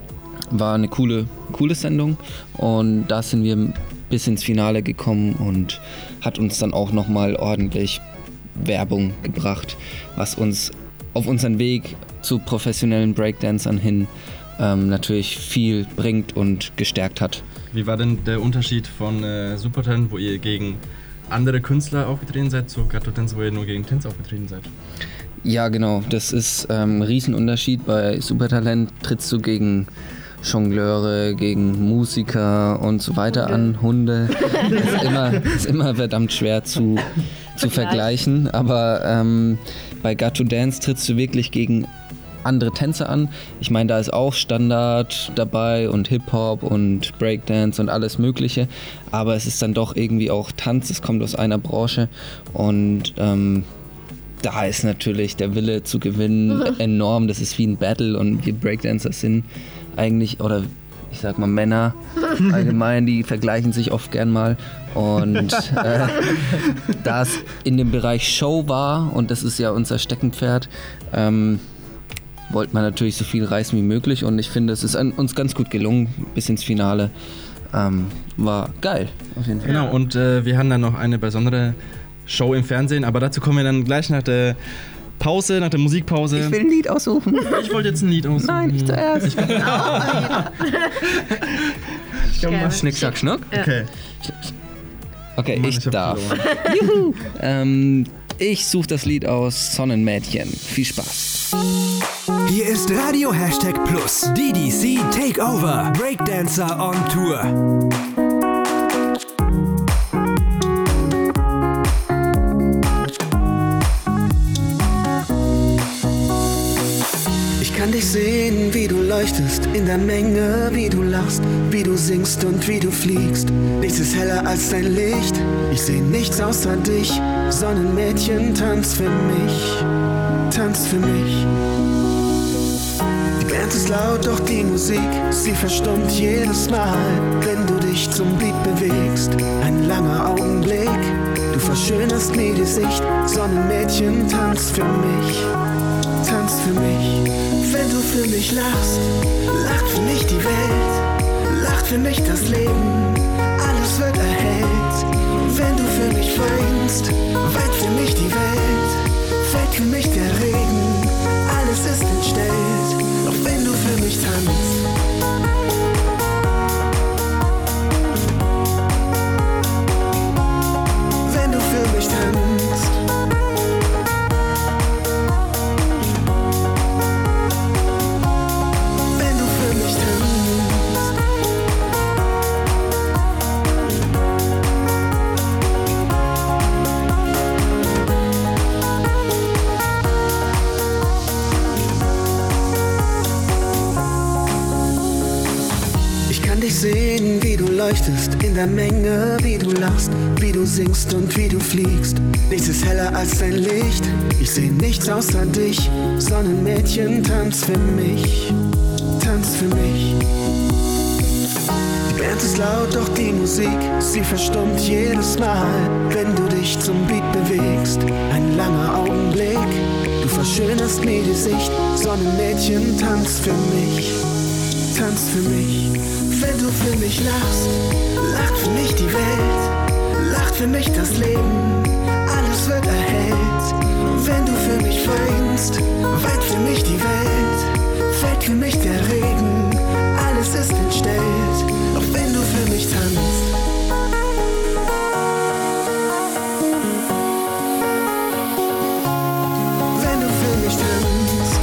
D: War eine coole, coole Sendung und da sind wir bis ins Finale gekommen und hat uns dann auch nochmal ordentlich Werbung gebracht, was uns auf unseren Weg zu professionellen Breakdancern hin ähm, natürlich viel bringt und gestärkt hat.
E: Wie war denn der Unterschied von äh, Supertalent, wo ihr gegen andere Künstler aufgetreten seid, zu Got to Dance, wo ihr nur gegen Tänzer aufgetreten seid?
D: Ja, genau, das ist ähm, ein Riesenunterschied. Bei Supertalent trittst du gegen Jongleure, gegen Musiker und so weiter an, Hunde. ist, immer, ist immer verdammt schwer zu, zu vergleichen, aber ähm, bei Got to Dance trittst du wirklich gegen andere Tänzer an. Ich meine, da ist auch Standard dabei und Hip-Hop und Breakdance und alles Mögliche, aber es ist dann doch irgendwie auch Tanz, es kommt aus einer Branche und ähm, da ist natürlich der Wille zu gewinnen enorm. Das ist wie ein Battle und wir Breakdancer sind eigentlich, oder ich sag mal Männer allgemein, die vergleichen sich oft gern mal. Und äh, da es in dem Bereich Show war, und das ist ja unser Steckenpferd, ähm, wollte man natürlich so viel reißen wie möglich. Und ich finde, es ist an, uns ganz gut gelungen bis ins Finale. Ähm, war geil, auf jeden Fall.
E: Genau, und äh, wir haben dann noch eine besondere Show im Fernsehen, aber dazu kommen wir dann gleich nach der Pause, nach der Musikpause.
D: Ich will ein Lied aussuchen.
E: Ich wollte jetzt ein Lied aussuchen.
D: Nein, ich zuerst.
E: Ich
D: Komm mal, Schnick, Schnack, Schnuck.
E: Okay.
D: Okay,
E: Mann,
D: ich,
E: ich hab
D: darf.
E: verloren.
D: Juhu. Ähm, ich suche das Lied aus Sonnenmädchen. Viel Spaß.
B: Hier ist Radio Hashtag Plus. D D C Takeover. Breakdancer on Tour.
J: Ich kann dich sehen, wie du leuchtest in der Menge, wie du lachst, wie du singst und wie du fliegst. Nichts ist heller als dein Licht, ich seh nichts außer dich. Sonnenmädchen, tanz für mich, tanz für mich. Die Band ist laut, doch die Musik, sie verstummt jedes Mal, wenn du dich zum Beat bewegst. Ein langer Augenblick, du verschönerst mir die Sicht. Sonnenmädchen, tanz für mich, tanz für mich. Wenn du für mich lachst, lacht für mich die Welt, lacht für mich das Leben, alles wird erhellt. Wenn du für mich weinst, weint für mich die Welt, fällt für mich der Regen, alles ist entstellt. Doch wenn du für mich tanzt, wenn du für mich tanzt, sehen, wie du leuchtest in der Menge, wie du lachst, wie du singst und wie du fliegst. Nichts ist heller als dein Licht, ich seh nichts außer dich. Sonnenmädchen, tanz für mich, tanz für mich. Die Band ist laut, doch die Musik, sie verstummt jedes Mal, wenn du dich zum Beat bewegst. Ein langer Augenblick, du verschönerst mir die Sicht. Sonnenmädchen, tanz für mich, tanz für mich. Wenn du für mich lachst, lacht für mich die Welt, lacht für mich das Leben, alles wird erhellt. Wenn du für mich weinst, weint für mich die Welt, fällt für mich der Regen, alles ist entstellt. Doch wenn du für mich tanzt, wenn du für mich tanzt,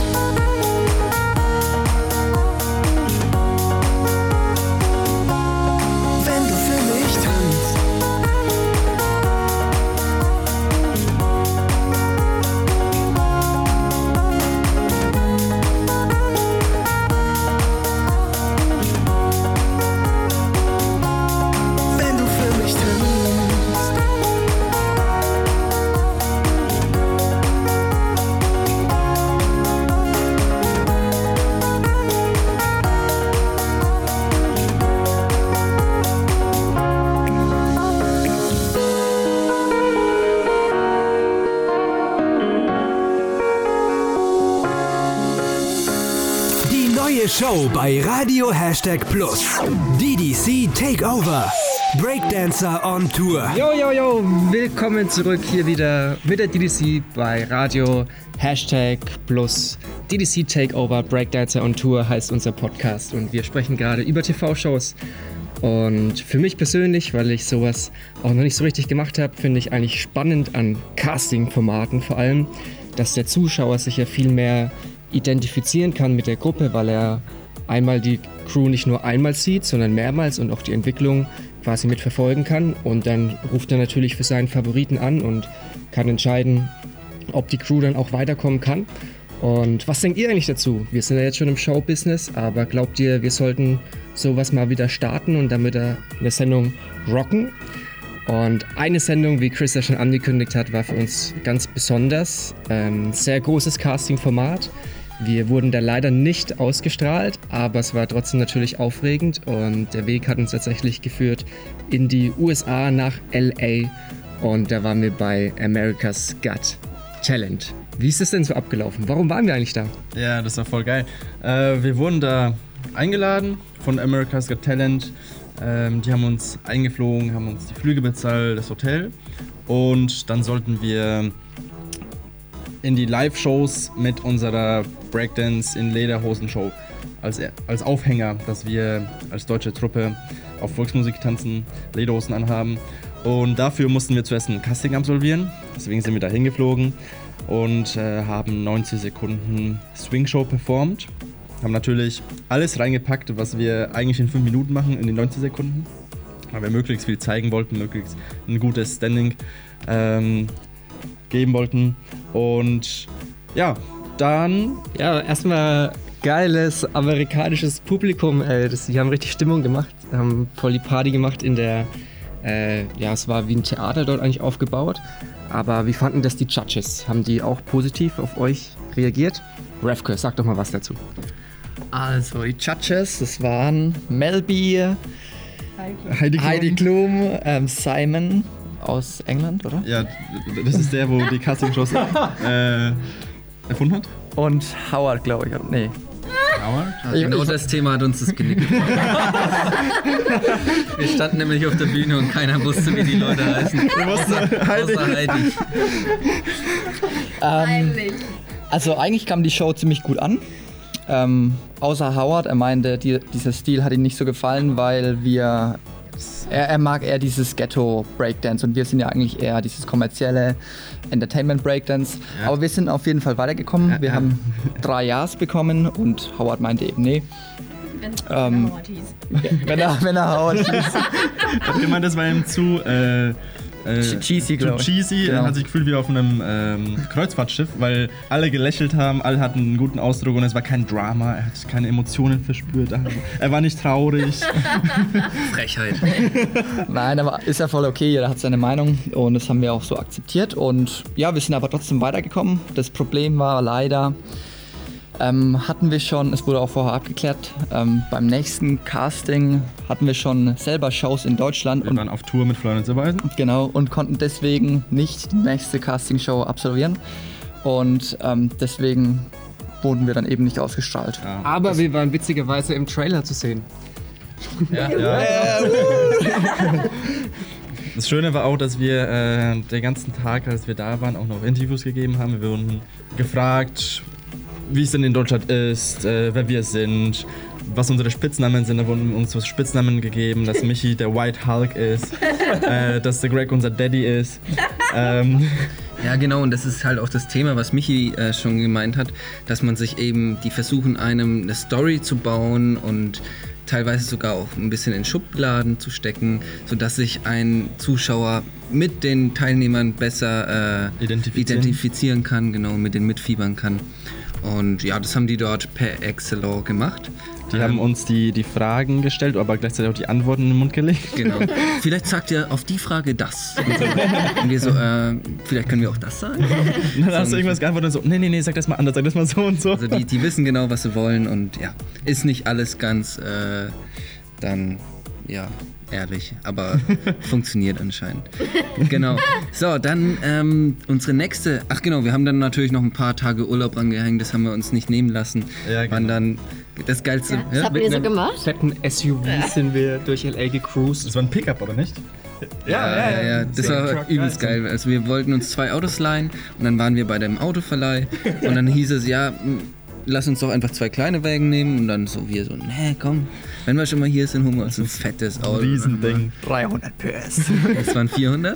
B: Show bei Radio Hashtag Plus. D D C Takeover. Breakdancer on Tour.
H: Yo, yo, yo, willkommen zurück hier wieder mit der D D C bei Radio Hashtag Plus. D D C Takeover Breakdancer on Tour heißt unser Podcast und wir sprechen gerade über T V-Shows. Und für mich persönlich, weil ich sowas auch noch nicht so richtig gemacht habe, finde ich eigentlich spannend an Casting-Formaten vor allem, dass der Zuschauer sich ja viel mehr identifizieren kann mit der Gruppe, weil er einmal die Crew nicht nur einmal sieht, sondern mehrmals und auch die Entwicklung quasi mitverfolgen kann. Und dann ruft er natürlich für seinen Favoriten an und kann entscheiden, ob die Crew dann auch weiterkommen kann. Und was denkt ihr eigentlich dazu? Wir sind ja jetzt schon im Showbusiness, aber glaubt ihr, wir sollten sowas mal wieder starten und damit eine Sendung rocken? Und eine Sendung, wie Chris ja schon angekündigt hat, war für uns ganz besonders. Ähm, sehr großes Casting-Format. Wir wurden da leider nicht ausgestrahlt, aber es war trotzdem natürlich aufregend und der Weg hat uns tatsächlich geführt in die U S A nach L A und da waren wir bei America's Got Talent. Wie ist es denn so abgelaufen? Warum waren wir eigentlich da?
E: Ja, das war voll geil. Äh, wir wurden da eingeladen von America's Got Talent. Ähm, die haben uns eingeflogen, haben uns die Flüge bezahlt, das Hotel. Und dann sollten wir in die Live-Shows mit unserer Breakdance in Lederhosen-Show als, als Aufhänger, dass wir als deutsche Truppe auf Volksmusik tanzen, Lederhosen anhaben. Und dafür mussten wir zuerst ein Casting absolvieren. Deswegen sind wir da hingeflogen und äh, haben neunzig Sekunden Swing-Show performt. Haben natürlich alles reingepackt, was wir eigentlich in fünf Minuten machen, in die neunzig Sekunden. Weil wir möglichst viel zeigen wollten, möglichst ein gutes Standing ähm, geben wollten. Und ja, dann...
H: Ja, erstmal geiles amerikanisches Publikum. Ey. Das, die haben richtig Stimmung gemacht, haben voll die Party gemacht in der... Äh, ja, es war wie ein Theater dort eigentlich aufgebaut. Aber wie fanden das die Judges? Haben die auch positiv auf euch reagiert? Revke, sag doch mal was dazu.
F: Also, die Judges, das waren Melby,
E: Heidi Klum,
F: Heidi Klum ähm, Simon aus England, oder?
E: Ja, das ist der, wo die Castingshows äh, erfunden hat.
F: Und Howard, glaube ich. Nee.
E: Howard?
D: Ja, genau
F: ich,
D: das Thema hat uns das Genick gebrochen. Wir standen nämlich auf der Bühne und keiner wusste, wie die Leute heißen. Außer,
E: Heidi.
D: außer Heidi.
F: ähm, also eigentlich kam die Show ziemlich gut an. Ähm, außer Howard, er meinte, die, dieser Stil hat ihm nicht so gefallen, weil wir, er, er mag eher dieses Ghetto-Breakdance und wir sind ja eigentlich eher dieses kommerzielle Entertainment-Breakdance. Ja. Aber wir sind auf jeden Fall weitergekommen. Ja, wir ja. haben drei Ja's bekommen und Howard meinte eben, nee.
G: Wenn,
F: ähm,
G: wenn er Howard hieß.
F: Wenn er, wenn er Howard hieß.
E: Ich meine, das war ihm zu... Äh Äh,
F: cheesy, glaube ich.
E: Cheesy,
F: genau.
E: Er hat sich gefühlt wie auf einem ähm, Kreuzfahrtschiff, weil alle gelächelt haben, alle hatten einen guten Ausdruck und es war kein Drama, er hat keine Emotionen verspürt, er war nicht traurig.
D: Frechheit.
F: Nein, aber ist ja voll okay, jeder hat seine Meinung und das haben wir auch so akzeptiert und ja, wir sind aber trotzdem weitergekommen. Das Problem war leider, Ähm, hatten wir schon, es wurde auch vorher abgeklärt, ähm, beim nächsten Casting hatten wir schon selber Shows in Deutschland.
E: Wir
F: und
E: waren auf Tour mit Florian Silbereisen.
F: Genau, und konnten deswegen nicht die nächste Castingshow absolvieren. Und ähm, deswegen wurden wir dann eben nicht ausgestrahlt.
H: Ja. Aber das wir waren witzigerweise im Trailer zu sehen.
E: Ja. ja. Das Schöne war auch, dass wir äh, den ganzen Tag, als wir da waren, auch noch Interviews gegeben haben. Wir wurden gefragt, wie es denn in Deutschland ist, äh, wer wir sind, was unsere Spitznamen sind. Da wurden uns so Spitznamen gegeben, dass Michi der White Hulk ist, äh, dass der Greg unser Daddy ist. Ähm.
D: Ja, genau, und das ist halt auch das Thema, was Michi äh, schon gemeint hat, dass man sich eben, die versuchen einem eine Story zu bauen und teilweise sogar auch ein bisschen in Schubladen zu stecken, sodass sich ein Zuschauer mit den Teilnehmern besser äh,
E: identifizieren.
D: identifizieren kann, genau, mit denen mitfiebern kann. Und ja, das haben die dort per Excellence gemacht.
E: Die ähm, haben uns die, die Fragen gestellt, aber gleichzeitig auch die Antworten in den Mund gelegt.
D: Genau. Vielleicht sagt ihr auf die Frage das. Und, so. Und wir so, äh, vielleicht können wir auch das sagen.
E: Und dann hast du irgendwas geantwortet und so, nee, nee, nee, sag das mal anders, sag das mal so und so.
D: Also die, die wissen genau, was sie wollen und ja, ist nicht alles ganz äh, dann, ja, ehrlich, aber funktioniert anscheinend. Genau. So, dann ähm, unsere nächste, ach genau, wir haben dann natürlich noch ein paar Tage Urlaub rangehängt, das haben wir uns nicht nehmen lassen.
E: Ja, genau.
D: Waren dann das Geilste.
G: Ja, was
D: ja?
G: habt ihr so gemacht?
H: Fetten S U V ja. sind wir durch L A gecruised.
E: Das war ein Pickup, oder nicht?
D: Ja, ja, ja. ja. Das war Truck, übelst geil. Also wir wollten uns zwei Autos leihen und dann waren wir bei dem Autoverleih und dann hieß es, ja, lass uns doch einfach zwei kleine Wägen nehmen und dann so wir so, nee, komm, wenn wir schon mal hier sind, holen wir uns ein fettes Auto.
E: Riesending.
F: dreihundert P S.
D: Das waren vierhundert.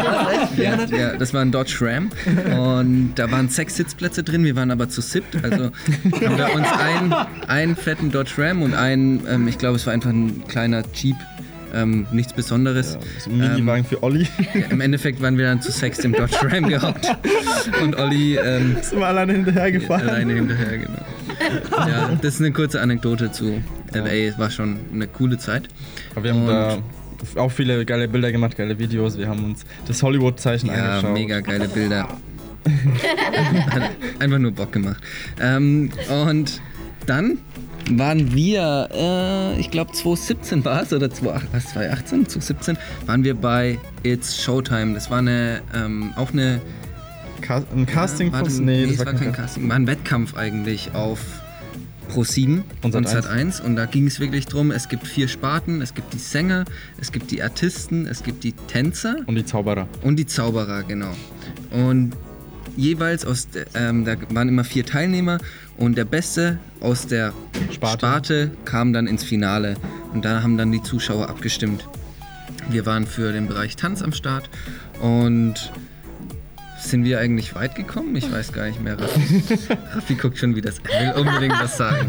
D: Ja, ja, das war ein Dodge Ram und da waren sechs Sitzplätze drin, wir waren aber zu siebt, also haben wir uns einen, einen fetten Dodge Ram und einen, ähm, ich glaube es war einfach ein kleiner Jeep, ähm, nichts Besonderes.
E: Ja, so ein Miniwagen ähm, für Olli.
D: Ja, im Endeffekt waren wir dann zu sechs im Dodge Ram gehockt und Olli ähm,
E: ist immer alleine hinterhergefahren.
D: Alleine hinterher, genau. Ja, das ist eine kurze Anekdote zu L A. Es war schon eine coole Zeit.
E: Aber wir haben und da auch viele geile Bilder gemacht, geile Videos. Wir haben uns das Hollywood-Zeichen
D: ja,
E: angeschaut.
D: Ja, mega geile Bilder. Hat einfach nur Bock gemacht. Ähm, und dann waren wir, äh, ich glaube zwanzig siebzehn war es, oder zwanzig achtzehn, zwanzig siebzehn, waren wir bei It's Showtime. Das war eine, ähm, auch eine...
E: Ca- ein Casting?
D: Ja, war das,
E: von,
D: nee,
E: nee,
D: das war kein Casting. War ein Wettkampf eigentlich auf ProSieben
E: Und
D: und
E: Sat
D: Sat eins. Und da ging es wirklich drum, es gibt vier Sparten, es gibt die Sänger, es gibt die Artisten, es gibt die Tänzer.
E: Und die Zauberer.
D: Und die Zauberer, genau. Und jeweils aus, der, ähm, da waren immer vier Teilnehmer und der Beste aus der
E: Sparte.
D: Sparte kam dann ins Finale und da haben dann die Zuschauer abgestimmt. Wir waren für den Bereich Tanz am Start und sind wir eigentlich weit gekommen? Ich weiß gar nicht mehr. Raffi, Raffi guckt schon wieder. Er will unbedingt was sagen.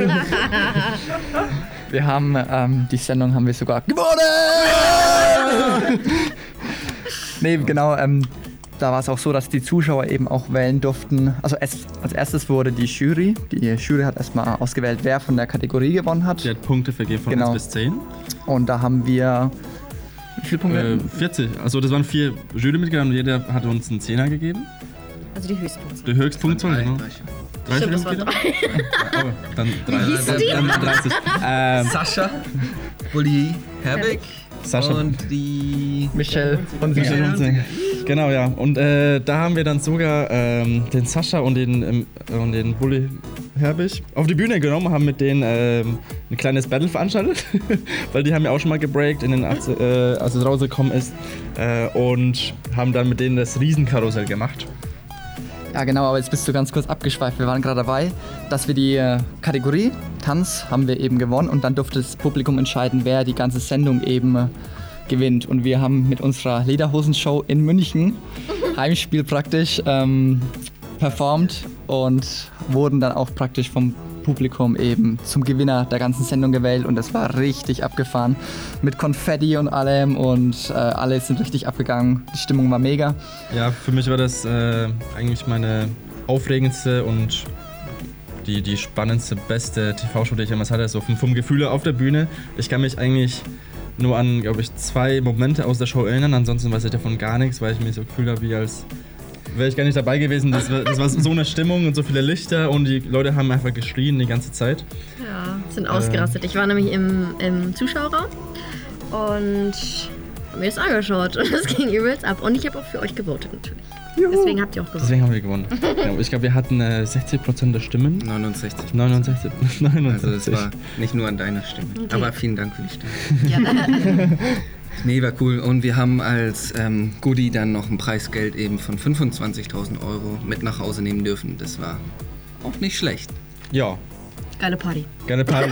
F: Wir haben ähm, die Sendung haben wir sogar gewonnen! Nee, genau. Ähm, da war es auch so, dass die Zuschauer eben auch wählen durften. Also es, als erstes wurde die Jury. Die Jury hat erstmal ausgewählt, wer von der Kategorie gewonnen hat.
E: Die hat Punkte vergeben von
F: Genau.
E: eins bis zehn.
F: Und da haben wir... Wie viele Punkte?
E: Äh, vierzig. Also das waren vier Jurymitglieder und jeder hat uns einen Zehner gegeben.
G: Also die Höchstpunktzahl.
E: Die Höchstpunktzahl,
D: Drei,
E: genau.
D: drei.
E: Drei
G: Stimmt, das waren
E: Jurymitglieder?
G: drei.
E: Oh, dann drei.
G: Wie hießen
E: dann,
G: die?
E: dann dreißig. Ähm,
D: Sascha, Bulli, Herbeck
E: Sascha.
D: und die...
F: Michelle und
E: Michelle
F: Michelle.
E: Hunzinger. Genau, ja. Und äh, da haben wir dann sogar ähm, den Sascha und den, ähm, und den Bulli Herbig auf die Bühne genommen, haben mit denen ähm, ein kleines Battle veranstaltet, weil die haben ja auch schon mal gebreakt, in den achtzig, äh, als es rausgekommen ist, äh, und haben dann mit denen das Riesenkarussell gemacht.
F: Ja genau, aber jetzt bist du ganz kurz abgeschweift. Wir waren gerade dabei, dass wir die äh, Kategorie Tanz haben wir eben gewonnen und dann durfte das Publikum entscheiden, wer die ganze Sendung eben äh, gewinnt. Und wir haben mit unserer Lederhosenshow in München, Heimspiel praktisch, ähm, performt und wurden dann auch praktisch vom Publikum eben zum Gewinner der ganzen Sendung gewählt und das war richtig abgefahren mit Konfetti und allem und äh, alle sind richtig abgegangen. Die Stimmung war mega.
E: Ja, für mich war das äh, eigentlich meine aufregendste und die, die spannendste, beste T V-Show, die ich jemals hatte, so vom, vom Gefühl auf der Bühne. Ich kann mich eigentlich nur an, glaube ich, zwei Momente aus der Show erinnern, ansonsten weiß ich davon gar nichts, weil ich mich so gefühlt habe, wie als wäre ich gar nicht dabei gewesen. Das war, das war so eine Stimmung und so viele Lichter und die Leute haben einfach geschrien die ganze Zeit.
G: Ja, sind ausgerastet. Ich war nämlich im, im Zuschauerraum und habe mir das angeschaut und das ging übelst ab. Und ich habe auch für euch gewotet natürlich. Juhu. Deswegen habt ihr auch gewonnen.
E: Deswegen haben wir gewonnen. Genau, ich glaube, wir hatten äh, sechzig Prozent der Stimmen.
D: neunundsechzig.
E: neunundsechzig. neunundsechzig.
D: Also das war nicht nur an deiner Stimme.
G: Okay.
D: Aber vielen Dank für die Stimme.
G: Ja.
D: Nee, war cool. Und wir haben als ähm, Goodie dann noch ein Preisgeld eben von fünfundzwanzigtausend Euro mit nach Hause nehmen dürfen. Das war auch nicht schlecht.
E: Ja,
G: Geile Party.
E: gerne Party.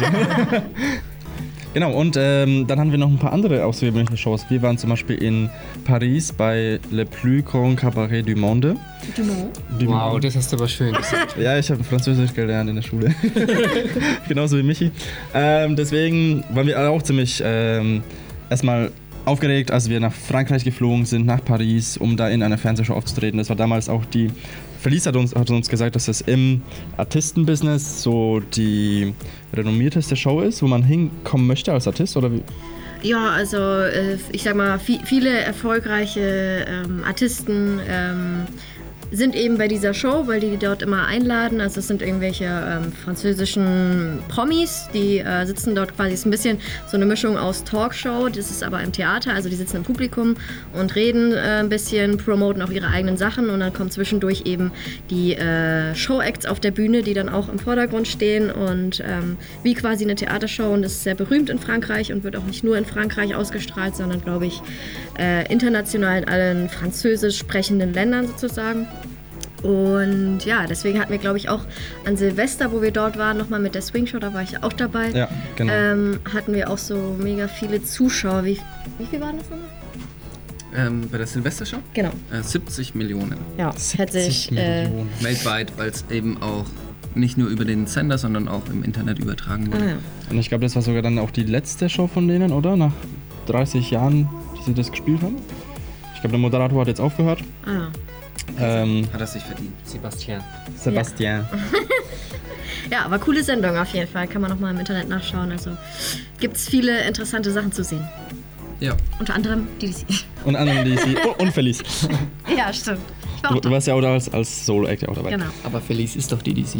E: Genau, und ähm, dann haben wir noch ein paar andere außergewöhnliche Shows. Wir waren zum Beispiel in Paris bei Le Plus Grand Cabaret du Monde. Du
H: Wow, das hast du aber schön gesagt.
E: Ja, ich habe Französisch gelernt in der Schule. Genauso wie Michi. Ähm, deswegen waren wir alle auch ziemlich ähm, erstmal aufgeregt, als wir nach Frankreich geflogen sind, nach Paris, um da in einer Fernsehshow aufzutreten. Das war damals auch die... Felice hat uns, hat uns gesagt, dass das im Artistenbusiness so die renommierteste Show ist, wo man hinkommen möchte als Artist, oder wie?
G: Ja, also äh, ich sag mal, vi- viele erfolgreiche ähm, Artisten ähm, sind eben bei dieser Show, weil die die dort immer einladen. Also es sind irgendwelche ähm, französischen Promis, die äh, sitzen dort quasi, ist ein bisschen so eine Mischung aus Talkshow, das ist aber im Theater, also die sitzen im Publikum und reden äh, ein bisschen, promoten auch ihre eigenen Sachen und dann kommen zwischendurch eben die äh, Show-Acts auf der Bühne, die dann auch im Vordergrund stehen und ähm, wie quasi eine Theatershow und das ist sehr berühmt in Frankreich und wird auch nicht nur in Frankreich ausgestrahlt, sondern glaube ich äh, international in allen französisch sprechenden Ländern sozusagen. Und ja, deswegen hatten wir, glaube ich, auch an Silvester, wo wir dort waren, nochmal mit der Swing Show, da war ich ja auch dabei,
E: Ja, genau.
G: ähm, hatten wir auch so mega viele Zuschauer. Wie, wie viel waren das nochmal?
D: Ähm, bei der Silvestershow?
G: Genau.
D: Äh, siebzig Millionen.
G: Ja, hätte ich. Äh,
D: Weltweit, weil es eben auch nicht nur über den Sender, sondern auch im Internet übertragen wurde.
G: ah, ja.
E: Und ich glaube, das war sogar dann auch die letzte Show von denen, oder? Nach dreißig Jahren, die sie das gespielt haben. Ich glaube, der Moderator hat jetzt aufgehört.
G: Ah, ja.
E: Ähm,
D: Hat er sich verdient.
H: Sebastian.
E: Sebastian.
G: Ja, aber coole Sendung auf jeden Fall. Kann man nochmal im Internet nachschauen. Also gibt es viele interessante Sachen zu sehen.
D: Ja.
G: Unter anderem die D C.
E: Und anderen, die sie. Oh, und Felice.
G: Ja, stimmt. Ich war
E: Du,
G: auch
E: du warst ja auch da als, als Solo-Act auch dabei.
G: Genau.
F: Aber Felice ist doch D D C.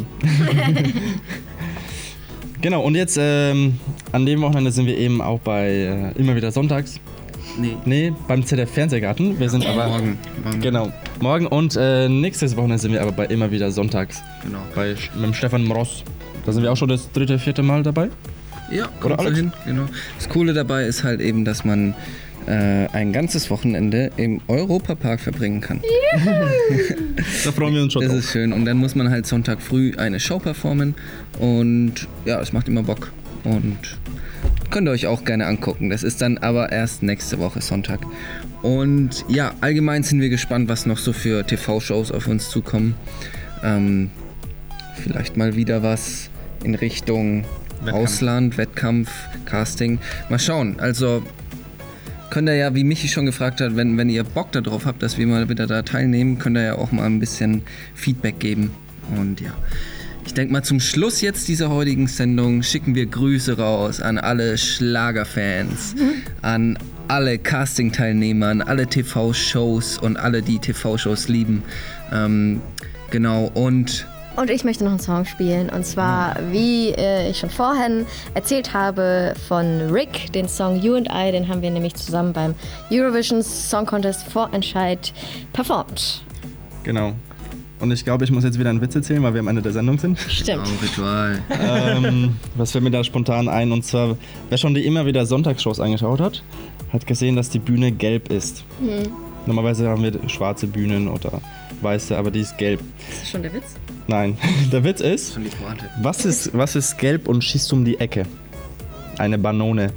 E: Genau, und jetzt ähm, an dem Wochenende sind wir eben auch bei äh, immer wieder sonntags.
D: Nee.
E: Nee, beim Z D F Fernsehgarten. Wir sind aber
D: Morgen. morgen.
E: Genau, morgen und äh, nächstes Wochenende sind wir aber bei immer wieder sonntags.
D: Genau.
E: Bei mit dem Stefan Mross. Da sind wir auch schon das dritte, vierte Mal dabei.
D: Ja,
E: Oder
D: kommt so
E: Alex?
D: hin. Genau. Das Coole dabei ist halt eben, dass man äh, ein ganzes Wochenende im Europapark verbringen kann.
E: Da freuen wir uns schon
D: Das
E: drauf.
D: ist schön. Und dann muss man halt Sonntag früh eine Show performen. Und ja, es macht immer Bock. Und könnt ihr euch auch gerne angucken. Das ist dann aber erst nächste Woche Sonntag. Und ja, allgemein sind wir gespannt, was noch so für T V-Shows auf uns zukommen. Ähm, vielleicht mal wieder was in Richtung
E: Wettkampf.
D: Ausland, Wettkampf, Casting. Mal schauen. Also könnt ihr ja, wie Michi schon gefragt hat, wenn, wenn ihr Bock darauf habt, dass wir mal wieder da teilnehmen, könnt ihr ja auch mal ein bisschen Feedback geben. Und ja, ich denke mal zum Schluss jetzt dieser heutigen Sendung schicken wir Grüße raus an alle Schlagerfans, an alle Casting-Teilnehmer, an alle T V-Shows und alle, die T V-Shows lieben. Ähm, genau, und
G: Und ich möchte noch einen Song spielen. Und zwar, wie äh, ich schon vorhin erzählt habe, von Rick, den Song You and I. Den haben wir nämlich zusammen beim Eurovision Song Contest Vorentscheid performt.
E: Genau. Und ich glaube, ich muss jetzt wieder einen Witz erzählen, weil wir am Ende der Sendung sind.
G: Stimmt.
D: oh, Ritual.
E: ähm, was fällt mir da spontan ein? Und zwar, wer schon die immer wieder Sonntagsshows angeschaut hat, hat gesehen, dass die Bühne gelb ist.
G: Hm.
E: Normalerweise haben wir schwarze Bühnen oder weiße, aber die ist gelb.
G: Ist das schon der Witz?
E: Nein, der Witz ist,
D: Von die Pointe.
E: was ist, was ist gelb und schießt um die Ecke? Eine Banone.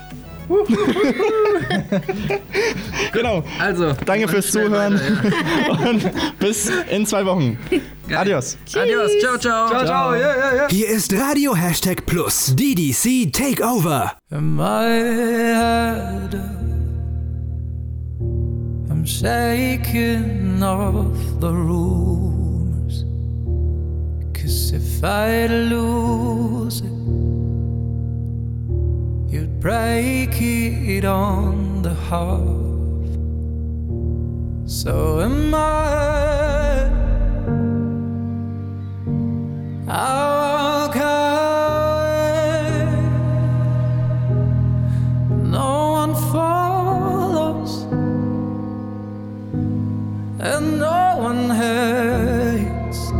E: Genau.
D: Also,
E: Danke fürs
D: schnell
E: Zuhören
D: weiter,
E: und bis in zwei Wochen.
D: Geil.
E: Adios.
D: ja. Adios, ciao, ciao.
F: Ciao, ciao. Ja, ja, ja.
B: Hier ist Radio Hashtag Plus D D C Takeover.
I: In my head, I'm shaking off the rumors. 'Cause if I lose it, you'd break it on the half. So am I. I'll come. No one follows, and no one hates.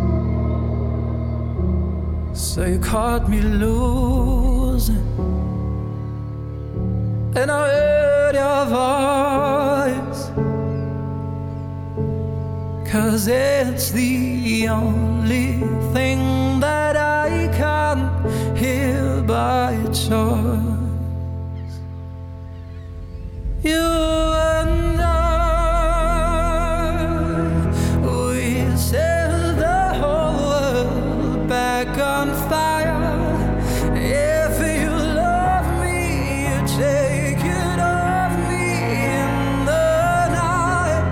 I: So you caught me losing, and I heard your voice, 'cause it's the only thing that I can hear by choice. You and I, we set the whole world back on fire. If you love me, you take it off me in the night.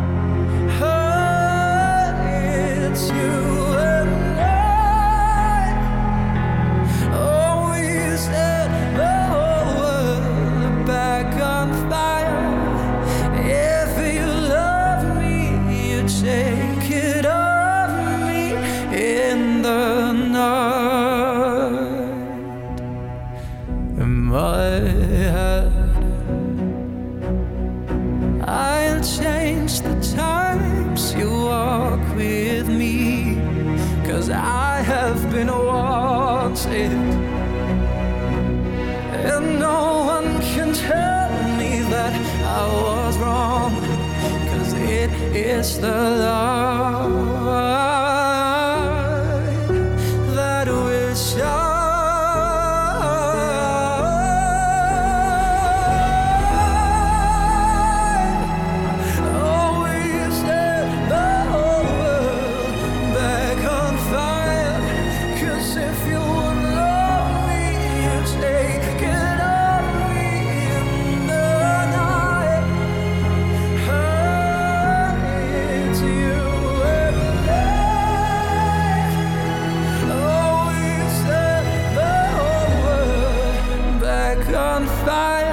I: Oh, it's you and I. Oh, we set the whole world back on fire. If you love me, you take it off me in the night. In my head, I'll change the times you walk with me, 'cause I have been wanted, and no one can tell me that I was wrong, 'cause it is the light that will shine. Oh, we set the whole world back on fire, 'cause if you would love me, you take it off me in the night. Oh, it's you and I. Oh, we set the whole world back on fire.